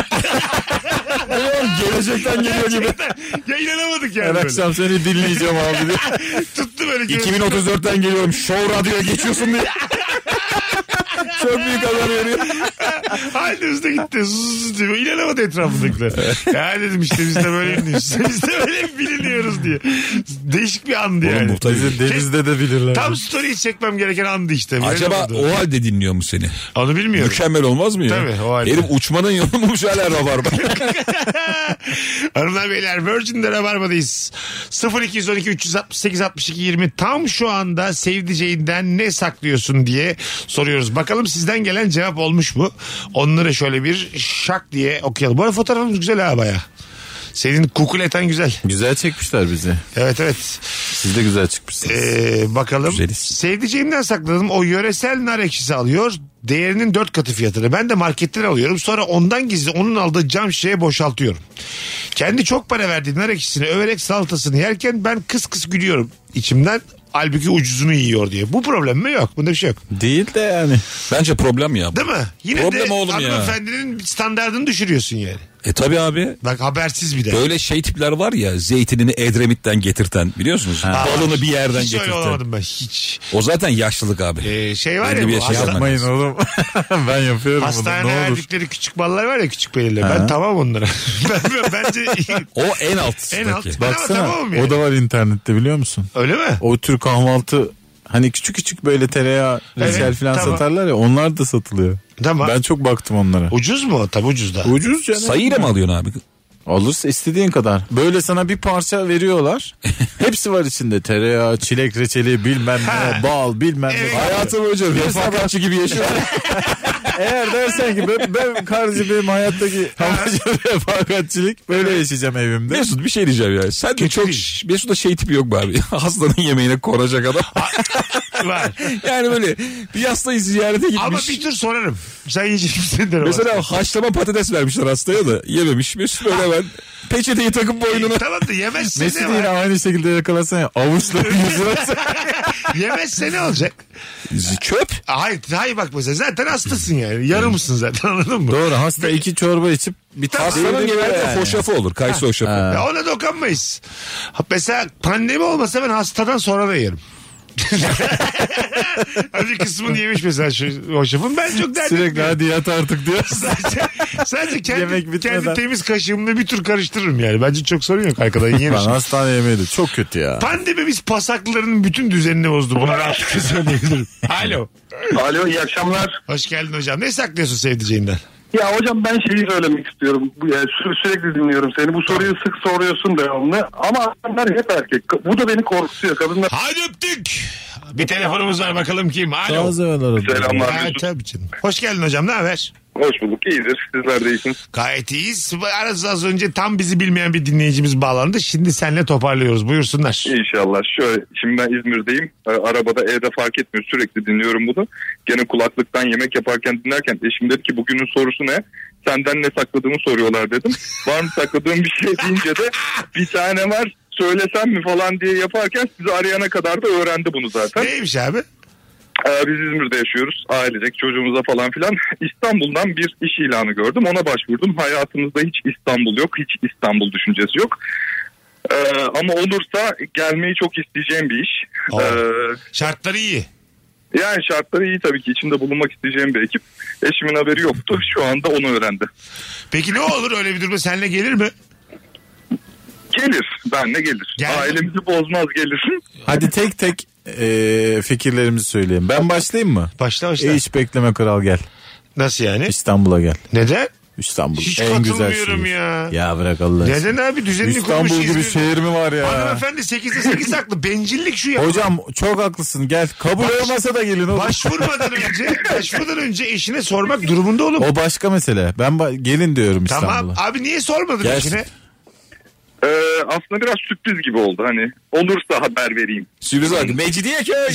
Gelecekten geliyor gibi. Ya inanamadık yani Her böyle. akşam seni dinleyeceğim abi diye. Tuttu böyle. iki bin otuz dörtten geliyorum. Show radyoya geçiyorsun diye. Çok büyük haber veriyor. Aynı hızda gitti. Sus diyor. İnanamadı etrafındakiler. Ya dedim işte biz de böyle ünlüyüz. Biz de böyle biliniyoruz diye. Değişik bir andı yani. Bu tabii. Denizde de bilirler. Tam story'i çekmem gereken andı işte. Acaba o halde dinliyor mu seni? Onu bilmiyorum. Mükemmel olmaz mı ya? Tabii o halde. Herif uçmanın yolu bulmuş hala Rabarba. Hanımlar beyler Virgin'de Rabarba'dayız. sıfır iki on iki üç altı sekiz altmış iki yirmi tam şu anda sevdiceğinden ne saklıyorsun diye soruyoruz. Bakalım sizden gelen cevap olmuş mu? Onları şöyle bir şak diye okuyalım. Bu arada fotoğrafımız güzel ha baya. Senin kukuleten güzel. Güzel çekmişler bizi. Evet evet. Siz de güzel çıkmışsınız. Ee, bakalım. Güzeliz. Sevdiceğimden sakladım. O yöresel nar ekşisi alıyor. Değerinin dört katı fiyatını. Ben de marketten alıyorum. Sonra ondan gizli onun aldığı cam şişeye boşaltıyorum. Kendi çok para verdiği nar ekşisini överek salatasını yerken ben kıs kıs gülüyorum içimden. Halbuki ucuzunu yiyor diye. Bu problem mi? Yok. Bunda bir şey yok. Değil de yani. Bence problem ya. Değil mi? Yine Problem de oğlum ya. hanımefendinin standartını düşürüyorsun yani. E tabi abi. Bak habersiz bir de. Böyle şey tipler var ya, zeytinini Edremit'ten getirten, biliyorsunuz. Ha. Balını bir yerden Hiç getirten. öyle olamadım ben hiç. O zaten yaşlılık abi. Ee, şey var Belli ya bir bu yaşa hasta- gelmen Yapmayın lazım. oğlum. Ben yapıyorum bunu. Hastanede Ne olur. verdikleri küçük ballar var ya, küçük pelirler. Ha. Ben tamam onlara. ben, ben, bence O en alt. en alt. Ben ama Baksana tamamım yani. o da var internette biliyor musun? Öyle mi? O tür kahvaltı hani küçük küçük böyle tereyağı, reçel Evet, falan tamam. satarlar ya, onlar da satılıyor. Tamam. Ben çok baktım onlara. Ucuz mu? Tabii ucuz da. Ucuz canım. Sayıyla mı alıyorsun abi? Olursa istediğin kadar. Böyle sana bir parça veriyorlar. Hepsi var içinde. Tereyağı, çilek reçeli, bilmem ne, bal, bilmem Evet. ne. Hayatım hocam. Refakatçi gibi yaşıyorum. Eğer dersen ki ben, ben kardeşim benim hayattaki amacım refakatçilik, böyle yaşayacağım evimde. Mesut bir şey diyeceğim ya. Sen de Kötü çok... değil. Mesut'ta şey tipi yok mu abi? Hastanın yemeğine konacak adam. Var. Yani böyle bir hastayı ziyarete gitmiş. Ama bir tür sorarım. Sen yiyecek misin derim. Mesela haşlama patates vermişler hastaya da yememiş. Mesut böyle hemen peçeteyi takıp boynuna. Tamam da yemezse Mesut ne yine var? aynı şekilde yakalarsan ya, avuçları yüzüne. Yemezse ne olacak? Çöp. Hayır, hayır bak mesela zaten hastasın yani. Yarımısın zaten, anladın mı? Doğru, hasta iki çorba içip bir Hastanın tatlı genelde yani. hoşafı olur. Kayısı hoşafı. Ha. Ya ona dokunmayız. Ha, mesela pandemi olmasa ben hastadan sonra da yerim. Bir kısmını yemiş mesela şu hoşafın. Ben çok derdim. Sürekli hadi yat artık diyor. Sadece, sadece kendi, Yemek bitmeden. kendi temiz kaşığımla bir tür karıştırırım yani. Bence çok sorun yok arkadan Ben yemişim. hastane yemeği de çok kötü ya. Pandemimiz pasaklarının bütün düzenini bozdu. Bunu rahatlıkla söyleyebilirim. Alo. Alo, iyi akşamlar. Hoş geldin hocam. Ne saklıyorsun sevdiceğinden? Ya hocam ben şeyi söylemek istiyorum. Bu- Yani sü- sürekli dinliyorum seni. Bu soruyu sık soruyorsun devamlı. Ama adamlar hep erkek. Bu da beni korkutuyor. Kadınlar... Hadi öptük. Bir telefonumuz var bakalım kim? Alo. Bazı evler Selamlar. Ha, tabii canım. Hoş geldin hocam, ne haber? Hoş bulduk. İyidir. Sizler de iyisiniz. Gayet iyiyiz. Arası az önce tam bizi bilmeyen bir dinleyicimiz bağlandı. Şimdi seninle toparlıyoruz. Buyursunlar. İnşallah. Şöyle, şimdi ben İzmir'deyim. Ee, Arabada, evde fark etmiyor. Sürekli dinliyorum bunu. Gene kulaklıktan yemek yaparken dinlerken eşim dedi ki bugünün sorusu ne? Senden ne sakladığımı soruyorlar dedim. Var mı sakladığım bir şey deyince de bir tane var, söylesem mi falan diye yaparken sizi arayana kadar da öğrendi bunu zaten. Neymiş abi? Ee, biz İzmir'de yaşıyoruz. Ailecek çocuğumuza falan filan. İstanbul'dan bir iş ilanı gördüm. Ona başvurdum. Hayatımızda hiç İstanbul yok. Hiç İstanbul düşüncesi yok. Ee, ama olursa gelmeyi çok isteyeceğim bir iş. Aa. Ee, Şartları iyi. yani şartları iyi tabii ki. İçinde bulunmak isteyeceğim bir ekip. Eşimin haberi yoktu. Şu anda onu öğrendi. Peki ne olur öyle bir durumda, seninle gelir mi? Gelir. Benle gelir. Gel. Ailemizi bozmaz gelir. Hadi tek tek e, fikirlerimizi söyleyeyim. Ben başlayayım mı? Başla başla. E, hiç bekleme kral gel. Nasıl yani? İstanbul'a gel. Neden? İstanbul Hiç en güzel katılmıyorum şehir. ya. Ya bırak Allah aşkına. Neden abi, düzenini kurmuş İstanbul gibi İzmir. şehir mi var ya? Hanımefendi sekizde sekiz haklı. Bencillik şu ya. Hocam çok haklısın, gel. Kabul Baş- olmasa da gelin oğlum. Başvurmadan önce başvurmadan önce eşine sormak durumunda oğlum. O başka mesele. Ben ba- gelin diyorum Tamam İstanbul'a. abi, niye sormadın Gel. eşine? Ee, aslında biraz sürpriz gibi oldu. Hani olursa haber vereyim. Sürpriz var. Mecidiyeköy.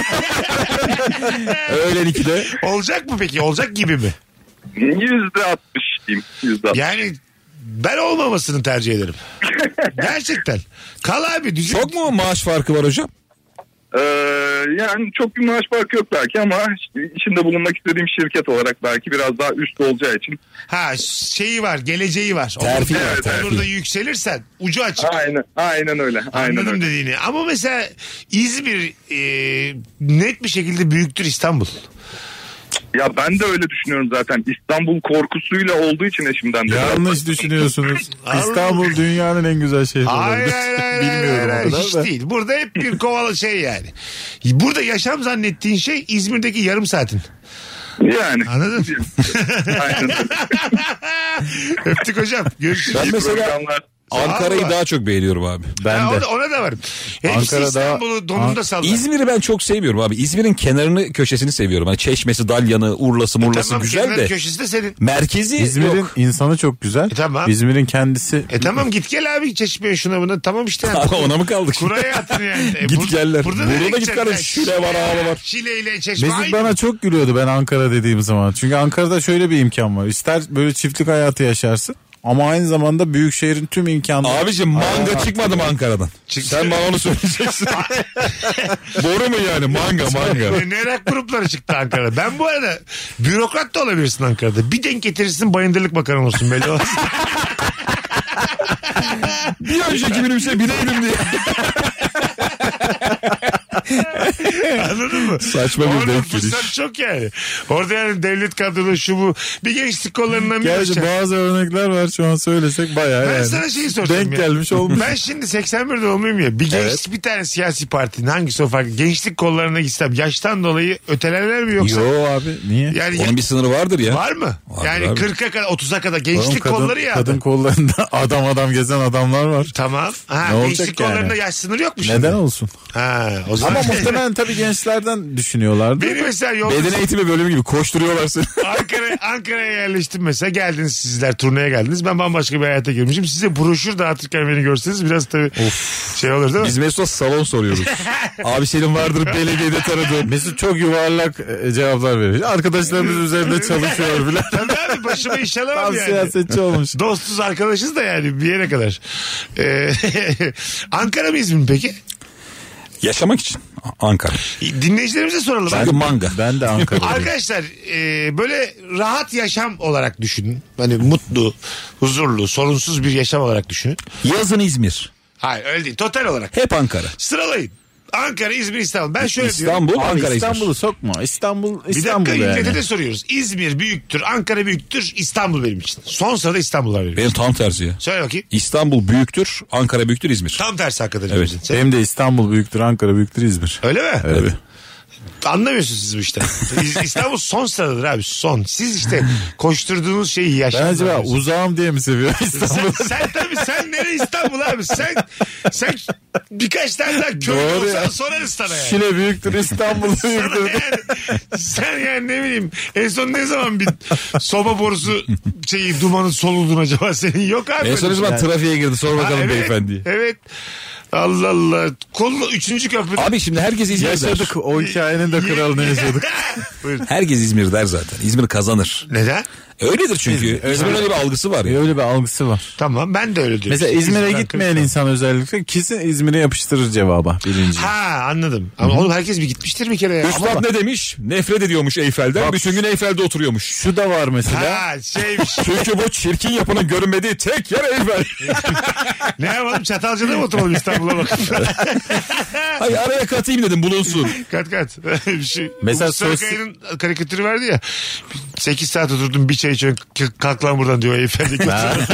Öğlen ikide. Olacak mı peki? Olacak gibi mi? Yüzde altmış diyeyim. Yüzde altmış. Yani ben olmamasını tercih ederim. Gerçekten. Kal abi. Düzgün. Çok mu maaş farkı var hocam? Ee, yani çok bir maaş farkı yok belki ama işte içinde bulunmak istediğim şirket olarak belki biraz daha üst olacağı için. Ha, şeyi var, geleceği var. Terfi Olur da- var, terfi. olur da yükselirsen ucu açık. Aynen, aynen öyle. Aynen Anladım öyle. dediğini. Ama mesela İzmir e, net bir şekilde büyüktür İstanbul. Ya ben de öyle düşünüyorum zaten. İstanbul korkusuyla olduğu için eşimden de. Yanlış düşünüyorsunuz. İstanbul dünyanın en güzel şehri. Hayır hayır hayır. Bilmiyorum hayır, o kadar hiç da. değil. Burada hep bir kovalı şey yani. Burada yaşam zannettiğin şey İzmir'deki yarım saatin. Yani. Anladın? Aynen. Öptük hocam. Görüşürüz. Ben mesela Ankara'yı Vallahi. daha çok beğeniyorum abi. Ben Ha, de. ona, ona da varım. Hepsi Ankara'da- İstanbul'u donunda sallar. İzmir'i ben çok sevmiyorum abi. İzmir'in kenarını köşesini seviyorum. Hani Çeşmesi, Dalyan'ı, Urla'sı, Murla'sı Tamam, güzel kenarın de. köşesi de senin. Merkezi İzmir'in yok. insanı çok güzel. E tamam. İzmir'in kendisi. E tamam git gel abi Çeşme'ye şuna buna. Tamam işte. Yani. Abi ona mı kaldık? Kuraya atın yani. E, Git bur- geller. Burada, Burada da git gideceksin? kardeş. Şile var, ağla var. Şile ile Çeşme Mesut aynı. bana çok gülüyordu ben Ankara dediğim zaman. Çünkü Ankara'da şöyle bir imkan var. İster böyle çiftlik hayatı yaşarsın. Ama aynı zamanda büyük şehrin tüm imkanları. Abicim manga çıkmadı mı Ankara'dan? Çıktı. Sen bana onu söyleyeceksin. Boru mu yani? Manga manga. E, ne rock grupları çıktı Ankara'da. Ben bu arada bürokrat da olabilirsin Ankara'da. Bir denk getirirsin Bayındırlık Bakanı olsun belli olmaz. Bir önceki minibüse bineydim diye. Anladın mı? Saçma bir Orada denk geliş. fırsat çok yani. Orada yani devlet kadrolu şu bu. Bir gençlik kollarından bir Gerçi açacak. bazı örnekler var şu an söylesek bayağı Ben yani. sana şeyi soracağım Denk ya. gelmiş olmuş. Ben şimdi seksen birde olmayayım ya. Bir genç Evet. bir tane siyasi partinin hangisi o farklı? Gençlik kollarına gitsem yaştan dolayı ötelerler mi yoksa? Yo abi niye? Yani Onun bir sınırı vardır ya. var mı? Vardır yani abi. kırka kadar otuza kadar Oğlum gençlik kadın, kolları ya. kadın kollarında adam adam gezen adamlar var. Tamam. Ha, Ne olacak gençlik yani? kollarında yaş sınırı yok mu şimdi? Neden olsun? Ha, o zaman. Ama muhtemelen tabii gençlerden düşünüyorlardı. Beni mesela yolda Beden eğitimi bölümü gibi koşturuyorlar seni. Ankara, Ankara'ya yerleştim mesela. Geldiniz sizler turneye geldiniz. Ben bambaşka bir hayata girmişim. Size broşür dağıtırken beni görseniz biraz tabii şey olur değil mi? Biz Mesut'a salon soruyoruz. Abi senin vardır belediyede tanıdığın. Mesut çok yuvarlak e, cevaplar veriyor. Arkadaşlarımız üzerinde çalışıyor bile. Tabii abi başıma iş alamam Tam yani. siyasetçi olmuş. Dostuz arkadaşız da yani bir yere kadar. Ee, Ankara mı İzmir mi peki? Yaşamak için Ankara. Dinleyicilerimize soralım. Çünkü manga. Ben de Ankara'dayım. Arkadaşlar e, böyle rahat yaşam olarak düşünün. Hani mutlu, huzurlu, sorunsuz bir yaşam olarak düşünün. Yazın İzmir. Hayır öyle değil. Total olarak. Hep Ankara. Sıralayın. Ankara, İzmir, İstanbul. Ben şöyle diyorum. İstanbul, Abi Ankara, İzmir. İstanbul'u sokma. İstanbul Bir İstanbul dakika yani. İngiltere'de soruyoruz. İzmir büyüktür, Ankara büyüktür, İstanbul benim için. Son sırada İstanbul var benim Benim için. tam tersi ya. Söyle bakayım. İstanbul büyüktür, Ankara büyüktür, İzmir. Tam tersi hakikaten. Evet. Sen- Benim de İstanbul büyüktür, Ankara büyüktür, İzmir. Öyle mi? Evet. Anlamıyorsunuz siz bu işte. İstanbul son sıradadır abi son. Siz işte koşturduğunuz şeyi Ben yaşamıyorsunuz. acaba uzağım diye mi seviyorum Sen, İstanbul'u? sen tabii sen nereye İstanbul abi? Sen sen birkaç tane daha köylü Doğru olsan ya. sorarız sana yani. Şile büyüktür, İstanbul Sana büyüktür. yani, sen yani ne bileyim en son ne zaman bir soba borusu şeyi dumanı soluldun acaba senin yok abi. En son öyle ne zaman şey. trafiğe girdi sor Ha, bakalım evet, beyefendi. Evet. Allah Allah. Kollu üçüncü köprü. Abi şimdi herkes İzmir der. Yaşadık o hikayenin de kralını yaşadık. Buyurun. Herkes İzmir der zaten. İzmir kazanır. Neden? Öyledir çünkü. İzmir, öyle. İzmir'in öyle bir algısı var ya. Öyle bir algısı var. Tamam ben de öyle diyorum. Mesela İşte İzmir'e İzmir'den gitmeyen kırk- insan özellikle kesin İzmir'e yapıştırır cevaba birinci. Ha anladım. Ama oğlum herkes bir gitmiştir bir kere ya. Üstad ne demiş? Nefret ediyormuş Eyfel'den. Bütün gün Eyfel'de oturuyormuş. Şu da var mesela. Ha şeymiş. Çünkü bu çirkin yapının görünmediği tek yer Eyfel. Ne yapalım Çatalca'da mı oturalım İstanbul'a bakıp. Hayır araya katayım dedim bulunsun. kat kat. bir şey. Mesela Ufuk sos- Sarıkaya'nın karikatürü vardı ya. sekiz saat oturdum bir çay içiyorum. Kalk lan buradan diyor Eyfel'deki.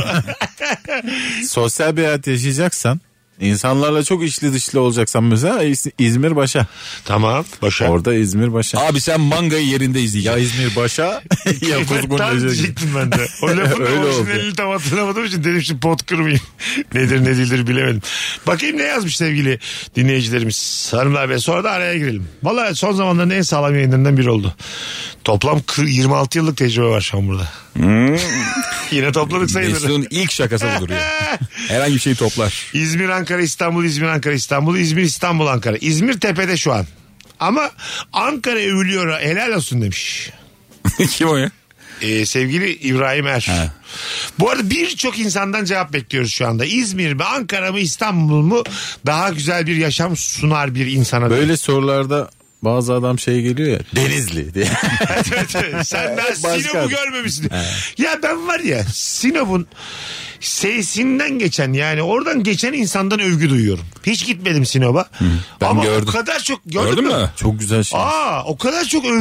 Sosyal bir hayat yaşayacaksan, insanlarla çok içli dışlı olacaksan mesela İz- İzmir başa. Tamam. Başa. Orada İzmir başa. Abi sen mangayı yerinde Ya izleyeceksin. İzmir başa ya Ben Kuzgun tam Necati. diyecektim ben de. O lafın Öyle oldu. orijinalini tam hatırlamadığım için dedim şimdi pot kırmayayım. Nedir ne değildir bilemedim. Bakayım ne yazmış sevgili dinleyicilerimiz. Hanımlar ve sonra da araya girelim. Valla son zamanların en sağlam yayınlarından biri oldu. Toplam kırk, yirmi altı yıllık tecrübe var şu an burada. Yine topladık sayılır. Mesut'un ilk şakası budur ya. Herhangi bir şeyi toplar. İzmir, Ankara, İstanbul, İzmir, Ankara, İstanbul, İzmir, İstanbul, Ankara. İzmir tepede şu an. Ama Ankara övülüyor helal olsun demiş. Kim o ya? Ee, sevgili İbrahim Er. Ha. Bu arada birçok insandan cevap bekliyoruz şu anda. İzmir mi, Ankara mı, İstanbul mu daha güzel bir yaşam sunar bir insana? Böyle sorularda bazı adam şey geliyor ya Denizli diye. Evet, evet, evet. Sen daha Başka. Sinop'u görmemişsin. Ya ben var ya Sinop'un sesinden geçen yani oradan geçen insandan övgü duyuyorum. Hiç gitmedim Sinop'a. Ben Ama gördüm. o kadar çok gördün, Gördün mü? mü? Çok güzel şey. Aa, o kadar çok övgü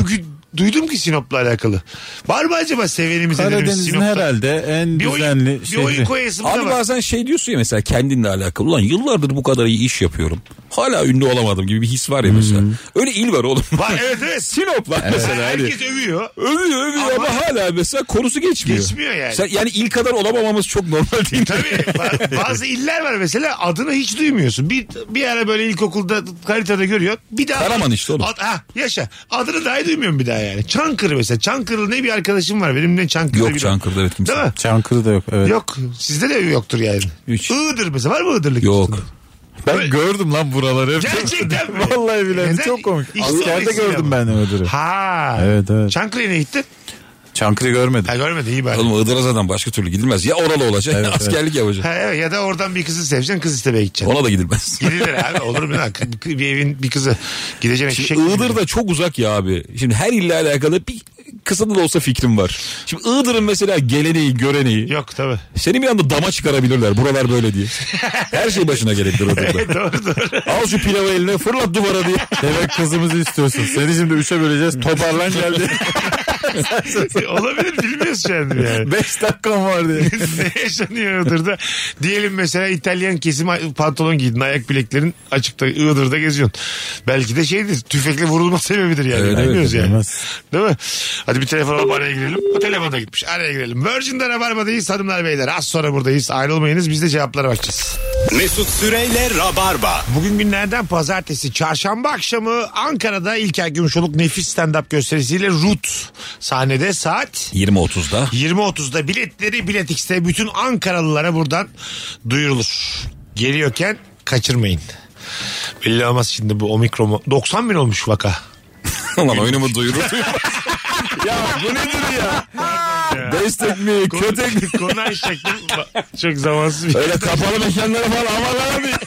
duydum ki Sinop'la alakalı. Var mı acaba sevenimiz Karadeniz'in Sinop'ta? herhalde en Bir oyun, düzenli bir oyun şehri. koyasım da Abi var. bazen şey diyorsun ya mesela kendinle alakalı. Ulan yıllardır bu kadar iyi iş yapıyorum. Hala ünlü olamadım gibi bir his var ya mesela. Öyle il var oğlum. Var evet evet. Sinop var mesela. hani. Herkes övüyor. Övüyor övüyor ama, Ama- hala mesela konusu geçmiyor. Geçmiyor yani. Sen, yani il kadar olamamamız çok normal değil mi? Tabii ba- bazı iller var mesela adını hiç duymuyorsun. Bir bir ara böyle ilkokulda haritada görüyor. Bir daha Karaman işte oğlum. Ad, ha, yaşa. Adını dahi duymuyorum bir daha yani. Çankırı mesela. Çankırılı ne bir arkadaşım var. Benim ne Çankırı'da Yok bir- Çankırı'da evet kimse. Değil mi? Çankırı'da yok. Evet. Yok. Sizde de yoktur yani. Hiç. Iğdır mesela var mı Iğdırlık? Yok. Ben Öyle- gördüm lan buraları. hep. Gerçekten mi? Vallahi billahi Neden? çok komik. İşte Askerde dolayısıyla gördüm bu. ben Iğdır'ı. Ha. Evet, evet. Çankırı'ya ne gittin? Çankırı görmedim. Ha görmedi iyi bari. Oğlum Iğdır'a zaten başka türlü gidilmez. Ya oralı olacak Evet, ya askerlik yapacaksın. Ha, evet, ya da oradan bir kızı seveceksin kız istemeye gideceksin. Ona da gidilmez. Gidilir abi olur mu lan? Bir evin bir kızı gideceksin. Şimdi eşek Iğdır da çok uzak ya abi. Şimdi her ille alakalı bir kısa da olsa fikrim var. Şimdi Iğdır'ın mesela geleneği, göreneği. Yok tabii. Senin bir anda dama çıkarabilirler. Buralar böyle diye. Her şey başına gelebilir Iğdır'da. doğru doğru. Al şu pilavı eline fırlat duvara diye. Demek kızımızı istiyorsun. Seni şimdi üçe böleceğiz. Toparlan geldi. Olabilir bilmiyorsun yani. yani. Beş dakikam var diye. Ne yaşanıyor Iğdır'da? Diyelim mesela İtalyan kesim pantolon giydin. Ayak bileklerin açıkta Iğdır'da geziyorsun. Belki de şeydir. Tüfekle vurulma sebebidir yani. Evet, Bilmiyoruz evet, yani. bilmez. Değil mi? Hadi bir telefon alıp araya girelim. O telefon da gitmiş. Araya girelim. Virgin'de Rabarba'dayız hanımlar beyler. Az sonra buradayız. Ayrılmayınız. Biz de cevaplara bakacağız. Mesut Süreyle Rabarba. Bugün günlerden pazartesi. Çarşamba akşamı Ankara'da İlker Gümüşoluk nefis stand-up gösterisiyle Root sahnede saat yirmi otuzda. yirmi otuzda biletleri Bilet X'te bütün Ankaralılara buradan duyurulur. Geliyorken kaçırmayın. Belli olmaz şimdi bu omikron doksan bin olmuş vaka. Ulan oyunumu duyurur duymaz. Ya bu nedir ya? Destek mi? Kötek mi? Konu açacaktım. Çok zamansız bir Öyle kapalı mekanlara falan aman abi.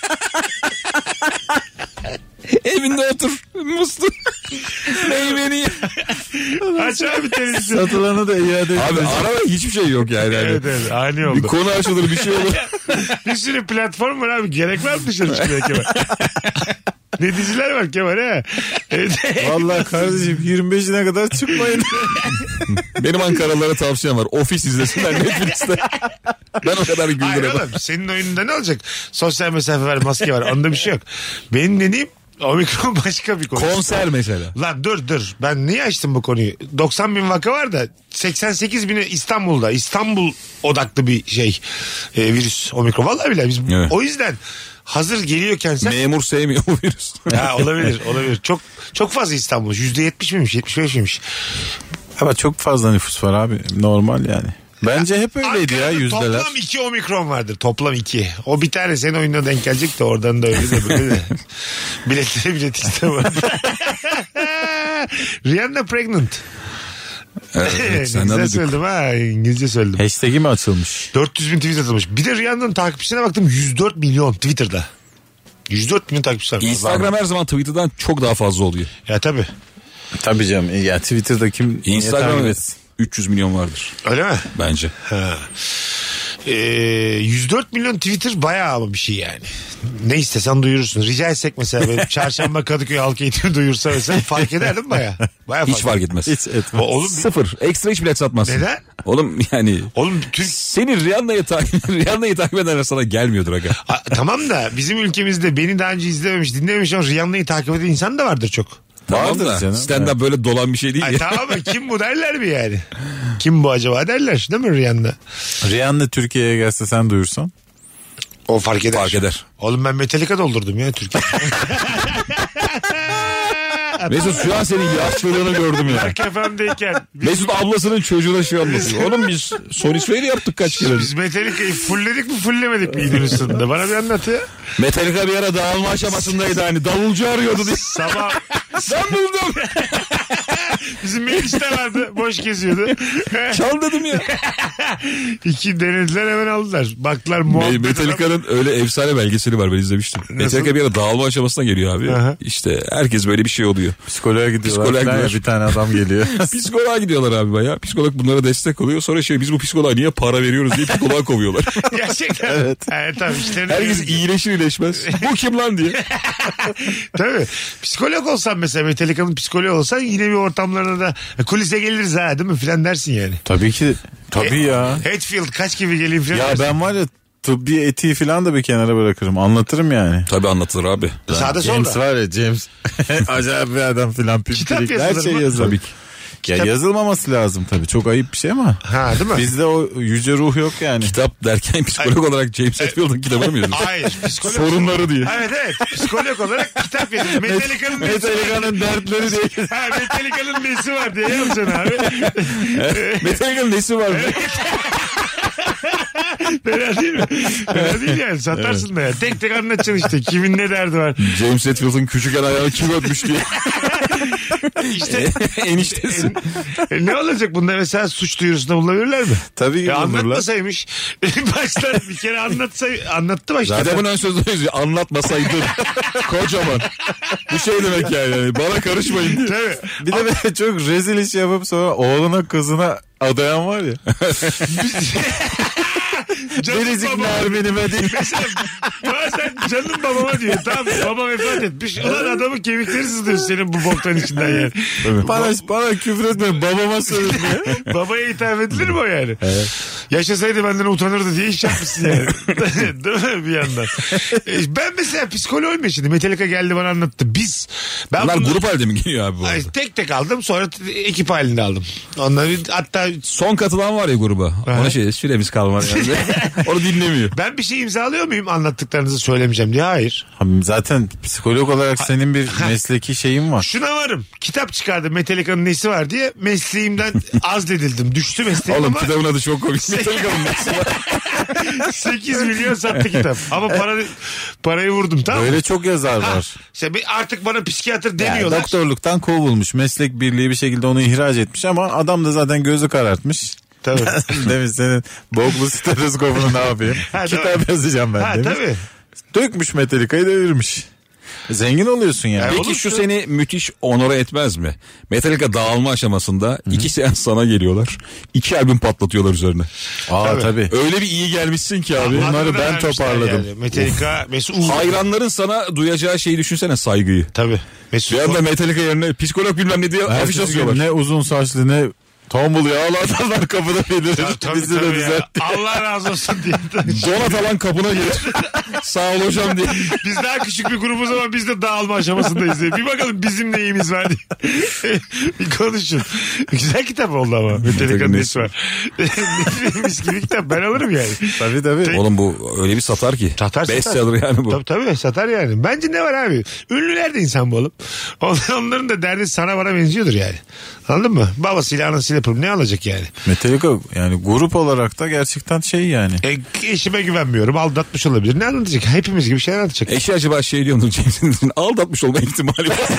Evinde otur. Muslu. Meyveni. Aç abi televizyon. Satılanı da iade edin. Abi arada hiçbir şey yok yani. Evet evet ani oldu. Bir konu açılır bir şey olur. Bir sürü platform var abi. Gerek var mı dışarı çıkmaya Kemal? Ne diziler var Kemal he? Vallahi kardeşim yirmi beşine kadar çıkmayın. Benim Ankaralılara tavsiyem var. Ofis izlesinler Netflix'te. Ben o kadar Hayır güldüremem. oğlum senin oyununda ne olacak? Sosyal mesafe var, maske var. Onda bir şey yok. Benim dediğim omikron başka bir konu. Konser mesela. Lan dur dur. Ben niye açtım bu konuyu? doksan bin vaka var da seksen sekiz bini İstanbul'da. İstanbul odaklı bir şey. E, virüs omikron. Vallahi bile biz Evet. o yüzden hazır geliyorken sen... Memur sevmiyor bu virüs. Ya olabilir olabilir. Çok çok fazla İstanbul. yüzde yetmiş miymiş yetmiş beş miymiş? Ama çok fazla nüfus var abi. Normal yani. Bence hep öyleydi ya Ankara'da yüzdeler. Toplam iki omikron vardır. Toplam iki. O bir tane senin oyununa denk gelecek de oradan da öyle de böyle de. Biletlere bilet isteme. Rihanna pregnant. Evet, senden Güzel duyduk. söyledim ha. İngilizce söyledim. Hashtag'i mi açılmış? dört yüz bin tweet atılmış. Bir de Rihanna'nın takipçisine baktım yüz dört milyon Twitter'da. yüz dört milyon takipçisi var. Instagram her zaman Twitter'dan çok daha fazla oluyor. Ya tabii. Tabii canım. Ya Twitter'da kim... Instagram niye evet. üç yüz milyon vardır. Öyle mi? Bence. Ha. Ee, yüz dört milyon Twitter bayağı ama bir şey yani. Ne istesen duyurursun. Rica etsek mesela benim çarşamba Kadıköy halk eğitimi duyursa mesela fark eder değil mi bayağı? Bayağı Hiç fark etmez. Hiç etmez. O- Oğlum, Sıfır. Ekstra hiç bilet satmazsın. Neden? Oğlum yani. oğlum Türk... Seni Rihanna'yı takip, Rihanna'yı takip edenler sana gelmiyordur aga. A, tamam da bizim ülkemizde beni daha önce izlememiş dinlememiş ama Rihanna'yı takip eden insan da vardır çok. Tamam Vardır da canım, stand-up evet. böyle dolan bir şey değil Ay, ya. tamam mı? Kim bu derler mi yani? Kim bu acaba derler değil mi Rihanna? Rihanna Türkiye'ye gelse sen duyursan. O fark eder. Fark eder. Oğlum ben Metallica doldurdum ya Türkiye. Mesut şu an senin yaşlılığını gördüm ya. Rock F M'deyken biz, Mesut ablasının çocuğuna şu anlatıyor. Oğlum biz Sonis Fair yaptık kaç kere. biz Metallica'yı fullledik mi fulllemedik mi İdil üstünde? Bana bir anlat ya. Metallica bir ara dağılma aşamasındaydı hani davulcu arıyordu diye. Sabah Ben buldum. bizim Melis'te vardı. Boş boş geziyordu. Çal dedim ya. İki denediler hemen aldılar. Baktılar muhabbet. Metallica'nın öyle efsane belgeseli var, ben izlemiştim. Nasıl? Metallica bir ara dağılma aşamasına geliyor abi. Aha. İşte herkes böyle bir şey oluyor. Psikoloğa gidiyorlar. Psikoloğa falan ya, gidiyorlar. bir tane adam geliyor. Psikoloğa gidiyorlar abi bayağı. Psikolog bunlara destek oluyor. Sonra şey, biz bu psikoloğa niye para veriyoruz diye psikoloğa kovuyorlar. Gerçekten. Evet. Evet tabii işlerini Herkes görüyoruz. iyileşir iyileşmez. Bu kim lan diye. Tabii. Psikolog olsan mesela, Metallica'nın psikoloğu olsan yine bir ortamlarına da kulise geliriz ha değil mi filan dersin yani. Tabii ki. Tabii ya. Hatfield kaç gibi geleyim filan Ya dersin. ben var ya tıbbi etiği falan da bir kenara bırakırım. Anlatırım yani. Tabii anlatılır abi. Sağda James solda. var ya, James. Acayip bir adam filan. Kitap Pimpirikli. Her yazılır şey mı? yazılır. Tabii ki. Ya Kitap- yazılmaması lazım tabii. Çok ayıp bir şey ama. Ha değil mi? Bizde o yüce ruh yok yani. Kitap derken psikolog olarak James Hetfield'ın kitabını mı yazıyorsun? Hayır. Psikolog. Sorunları diye. Evet evet. Psikolog olarak kitap yazıyor. Metallica'nın nesi var? Metallica'nın dertleri diye. Ha, Metallica'nın nesi var diye yazacaksın abi. Metallica'nın nesi var? Fena değil mi? Fena değil yani. Satarsın da ya. Tek tek anlatacaksın işte. Kimin ne derdi var. James Hetfield'ın küçükken ayağını kim öpmüş diye. İşte Eniştesi. E, ne olacak bunda mesela, suç duyurusunda bulunabilirler mi? Tabii ki Ya bulunurlar. anlatmasaymış. Baştan bir kere anlatsay, anlattı başta. Kitabın ön sözü yazıyor. Anlatmasaydın. Kocaman. Bu şey demek yani. yani. Bana karışmayın diye. Tabii. Bir de böyle çok rezil iş yapıp sonra oğluna kızına adayan var ya. Canım Biricik babam. Nermin'ime değil. Mesela bazen canım babama diyor. Tamam, baba vefat etmiş. Ulan adamın kemikleri sızlıyor senin bu boktan içinden yani. Bana, bana küfür etme, babama söyledim ya. Babaya hitap edilir mi o yani? Evet. Yaşasaydı benden utanırdı diye iş yapmışsın yani. Değil mi bir yandan? E, Ben mesela psikoloğum olmuyor şimdi. Metallica geldi bana anlattı. Biz. Ben Bunlar bunu- grup halde mi geliyor abi bu Ay, arada? tek tek aldım, sonra t- ekip halinde aldım. Onları hatta Son katılan var ya gruba. Ona şey, süremiz kalmadı yani. Onu dinlemiyor. ben bir şey imzalıyor muyum anlattıklarınızı söylemeyeceğim diye? Hayır. Zaten psikolog olarak senin bir mesleki şeyin var. Şuna varım. Kitap çıkardım Metallica'nın nesi var diye. Mesleğimden azledildim. Düştü mesleğim Oğlum ama kitabın adı çok komik. Metallica'nın nesi var? sekiz milyon sattı kitap. Ama para, parayı vurdum, tamam mı? Böyle çok yazar Ha, var. işte bir- artık bana psikiyatr Yani demiyorlar. doktorluktan kovulmuş. Meslek birliği bir şekilde onu ihraç etmiş ama adam da zaten gözü karartmış. Tabii. Demiş senin boklu stetoskopunu ne yapayım? Ha, Kitap tabii. yazacağım ben Ha, demiş. tabii. Dökmüş Metallica'yı devirmiş. Zengin oluyorsun yani. Peki olursa- şu seni müthiş onore etmez mi? Metallica dağılma aşamasında iki seans sana geliyorlar. İki albüm patlatıyorlar üzerine. Aa Tabii. tabii. Öyle bir iyi gelmişsin ki abi. Adını Bunları da ben vermişler toparladım. Yani. Metallica, Mesut Uğur. Hayranların sana duyacağı şeyi düşünsene, saygıyı. Tabii. Mesut Bir anda Uğur. Metallica yerine psikolog bilmem ne diye afiş Ertesi gün asıyorlar. ne uzun saçlı ne tombul yağlı adamlar kapıda belirir. Tabii, tabii, Bizi de tabii ya. düzeltti. Allah razı olsun diye. Donat alan kapına gelir. Sağ ol hocam diye. Biz daha küçük bir grubuz ama biz de dağılma aşamasındayız diye. Bir bakalım bizim neyimiz var diye. Bir konuşun. Güzel kitap oldu ama. Metallica'nın nesi var. Mis gibi kitap. Ben alırım yani. Tabii tabii. Oğlum bu öyle bir satar ki. Satar, satar. Bestseller yani bu. Tabii tabii satar yani. Bence ne var abi? Ünlüler de insan bu oğlum. Onların da derdi sana bana benziyordur yani. Anladın mı? Babasıyla anasıyla yapıp ne alacak yani? Metallica yani grup olarak da gerçekten şey yani. E, eşime güvenmiyorum. Aldatmış olabilir. Ne anlatacak? Hepimiz gibi şeyler anlatacak. Eşi acaba şey diyor mu, James'in aldatmış olma ihtimali var.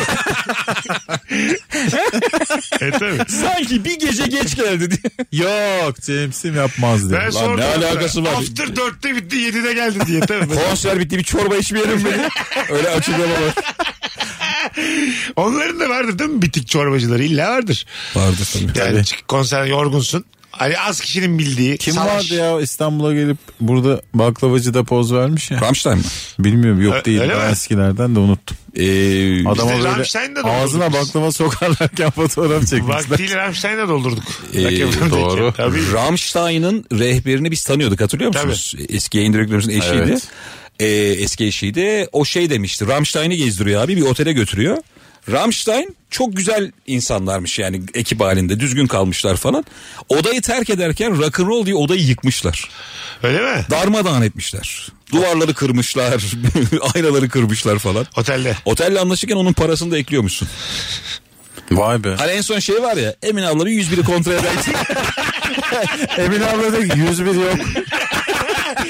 e tabii. Sanki bir gece geç geldi diye. Yok James'im yapmaz diye. Ben Lan sordum. ne alakası var? After dörtte bitti yedide geldi diye. Tabii. Konser bitti, bir çorba içmeyelim mi? Öyle açıklama var. Onların da vardır değil mi? Bitik çorbacıları illa vardır. Vardır tabii. Yani çık konser yorgunsun. Hani az kişinin bildiği. Kim savaş. vardı ya İstanbul'a gelip burada baklavacıda poz vermiş ya. Rammstein mi? Bilmiyorum yok Ö- değil. öyle Daha mi? eskilerden de unuttum. Ee, Adama de böyle Rammstein'de de ağzına doldurduk biz. baklava sokarlarken fotoğraf çekmişler. Vaktiyle Rammstein'e doldurduk. Ee, Rakibimdeki. doğru. Tabii. Rammstein'ın rehberini biz tanıyorduk, hatırlıyor musunuz? Eski yayın direktörümüzün eşiydi. Evet. Ee, eski eşiydi. O şey demişti. Rammstein'i gezdiriyor abi, bir otele götürüyor. Rammstein çok güzel insanlarmış yani, ekip halinde düzgün kalmışlar falan. Odayı terk ederken rock'n'roll diye odayı yıkmışlar. Öyle mi? Darmadağın etmişler. Duvarları kırmışlar, aynaları kırmışlar falan. Otelde. Otelle anlaşırken onun parasını da ekliyormuşsun. Vay be. Hani en son şey var ya, Emine abla bir yüz biri kontrol edersin. Emine abla da yüz bir yok.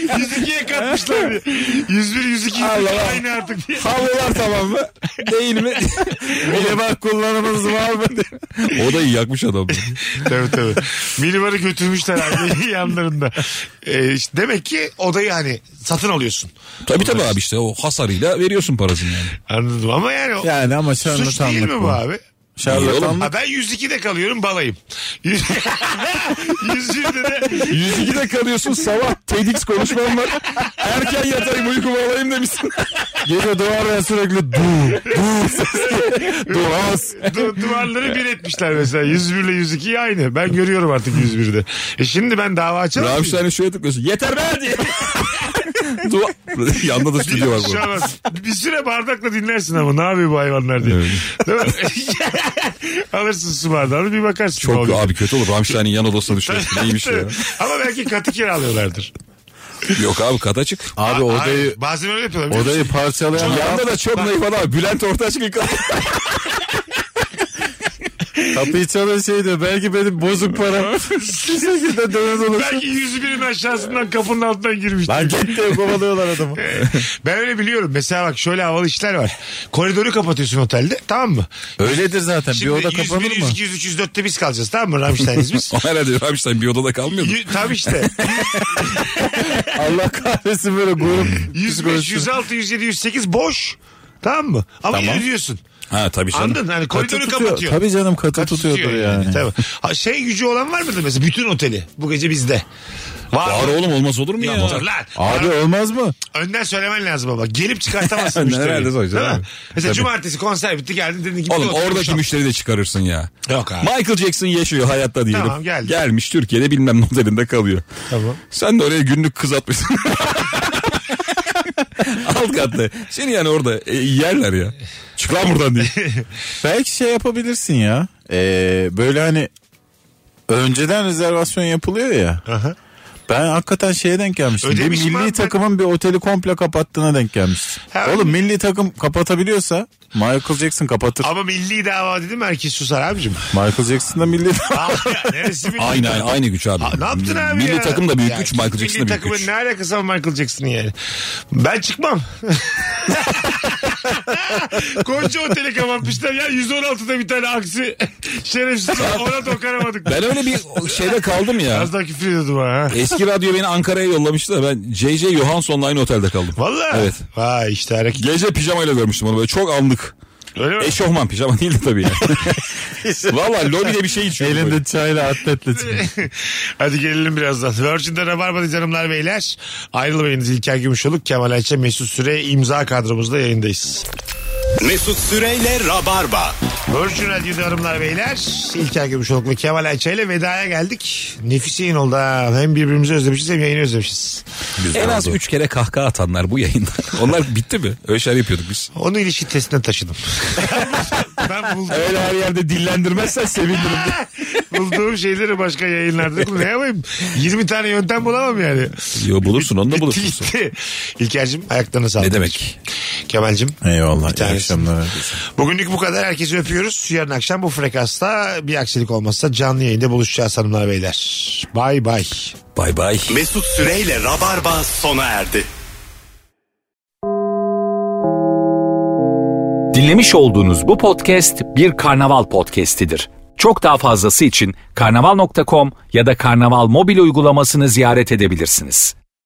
yüz ikiye katmışlar diye. yüz bir yüz iki Allah. aynı artık diye. Havlular tamam mı? Değil mi? Minibar kullanımınız var mı? O da iyi yakmış adam. Tabii tabii. Minibarı götürmüşler abi yanlarında. Ee, işte demek ki odayı hani satın alıyorsun. Tabii tabii abi işte o hasarıyla veriyorsun parasını yani. Anladım ama yani o Yani ama suç değil şarlatanlık mi bu bu. abi? Şarlatanlık. Ha, ben yüz ikide kalıyorum balayım. yüz birde de yüz ikide kalıyorsun sabah TEDx konuşmam var. Erken yatayım uykumu alayım demişsin. Gece duvarlara sürekli du du sesi. Duaz. du- duvarları bir etmişler mesela. yüz bir ile yüz iki aynı. Ben görüyorum artık yüz birde. E şimdi ben dava açamam. Ramişler'e şöyle tıklıyorsun. Yeter be diye. Dua... Yanında da stüdyo var bu. Şu an bir süre bardakla dinlersin ama ne yapıyor bu hayvanlar diye. Evet. Değil mi? Alırsın su bardağını bir bakarsın. Çok oluyor. abi kötü olur. Ramişler'in yan odasına düşüyor. Neymiş ya? Ama belki katı kiralıyorlardır. Yok abi kat açık. Abi odayı Hayır, bazen öyle yapıyorlar. biliyor odayı musun? parçalayan Yanında da çok naif adam. Bülent Ortaçgil. kapıyı çalan şey diyor. Belki benim bozuk param bir şekilde döner dolaşıyor. Belki yüz birin aşağısından kapının altından girmiş. Lan git diye kovalıyorlar adamı. Ben öyle biliyorum. Mesela bak şöyle havalı işler var. Koridoru kapatıyorsun otelde, tamam mı? Öyledir zaten. Şimdi bir oda yüz bir, kapanır mı? yüz iki, yüz üç, yüz dörtte biz kalacağız, tamam mı? Rammstein'iz biz. O herhalde Ramişler bir odada kalmıyordu. Y- Tabii işte. Allah kahretsin böyle grup. yüz beş, yüz altı, yüz yedi, yüz sekiz boş. Tamam mı? Ama Tamam. yine ödüyorsun. Ha tabii canım. Anladın? Hani koridoru Katı tutuyor. kapatıyor. Tabii canım katı, Katı tutuyordur tutuyor yani. Tabii. Ha, şey gücü olan var mıdır mesela? Bütün oteli. Bu gece bizde. Var. Var oğlum olmaz olur mu ya? Dur lan. Abi olmaz mı? Önden söylemen lazım ama. Gelip çıkartamazsın müşteriyi. Herhalde sonuçta, Değil mi? değil mi? Mesela Tabii. cumartesi konser bitti, geldin dedin ki. Oğlum oradaki müşteri de çıkarırsın ya. Yok abi. Michael Jackson yaşıyor hayatta diyelim. Tamam, geldi. Gelmiş Türkiye'de bilmem ne otelinde kalıyor. Tamam. Sen de oraya günlük kız atmışsın. Alt katta. Seni yani orada e, yerler ya. Çık lan buradan diye. Belki şey yapabilirsin ya. Ee, böyle hani önceden rezervasyon yapılıyor ya. Aha. Ben hakikaten şeye denk gelmiştim. Bir Ödemişim milli abi ben. takımın bir oteli komple kapattığına denk gelmiştim. Ha, Oğlum öyle. milli takım kapatabiliyorsa Michael Jackson kapatır. Ama milli dava dedim, herkes susar abicim. Michael Jackson da milli Aa, ya, neresi milli? Aynı aynı, aynı güç abi. Aa, ne yaptın abi Milli ya? takım da büyük Ya, güç, Michael Jackson da milli büyük takımın güç. ne alakası var Michael Jackson'ın yani? Ben çıkmam. Koca oteli kapatmışlar ya, yüz on altıda bir tane aksi şerefsiz, ona dokunamadık. Ben öyle bir şeyde kaldım ya. Az daha küfür ediyordum ha. Eski radyo beni Ankara'ya yollamıştı da ben J J Johansson'la aynı otelde kaldım. Valla. Evet. Vay işte hareket. Gece pijamayla görmüştüm onu böyle çok anlık. Öyle mi? Eşofman pijama değildi tabii yani. Valla lobide bir şey içiyordu. elinde böyle. çayla atletle çıkıyor. Hadi gelelim birazdan. Virgin'de Rabarba'da canımlar beyler. Ayrılmayınız. İlker Gümüşoluk, Kemal Ayça, Mesut Süre imza kadromuzda yayındayız. Mesut Süreyle Rabarba. Virgin Radyo'da hanımlar beyler. İlker Gümüşoluk ve Kemal Ayça ile vedaya geldik. Nefis yayın oldu ha. Hem birbirimizi özlemişiz hem yayını özlemişiz. En az üç kere kahkaha atanlar bu yayında. Onlar bitti mi? Öyle şeyler yapıyorduk biz. Onu ilişki testine taşıdım. Ben buldum. Öyle her yerde dillendirmezsen sevinirim. Bulduğum şeyleri başka yayınlarda kullan. Ne yapayım? yirmi tane yöntem bulamam yani. Yo bulursun onu da bulursun. Gitti. İlker'cim ayaklarına sağlık. Ne demek? Kemal'cim. Eyvallah. İyi tanesi. akşamlar herkese. Bugünlük bu kadar. Herkesi öpüyoruz. Yarın akşam bu frekansta bir aksilik olmazsa canlı yayında buluşacağız hanımlar beyler. Bay bay. Bay bay. Mesut Süreyle Rabarba sona erdi. Dinlemiş olduğunuz bu podcast bir karnaval podcastidir. Çok daha fazlası için karnaval nokta com ya da karnaval mobil uygulamasını ziyaret edebilirsiniz.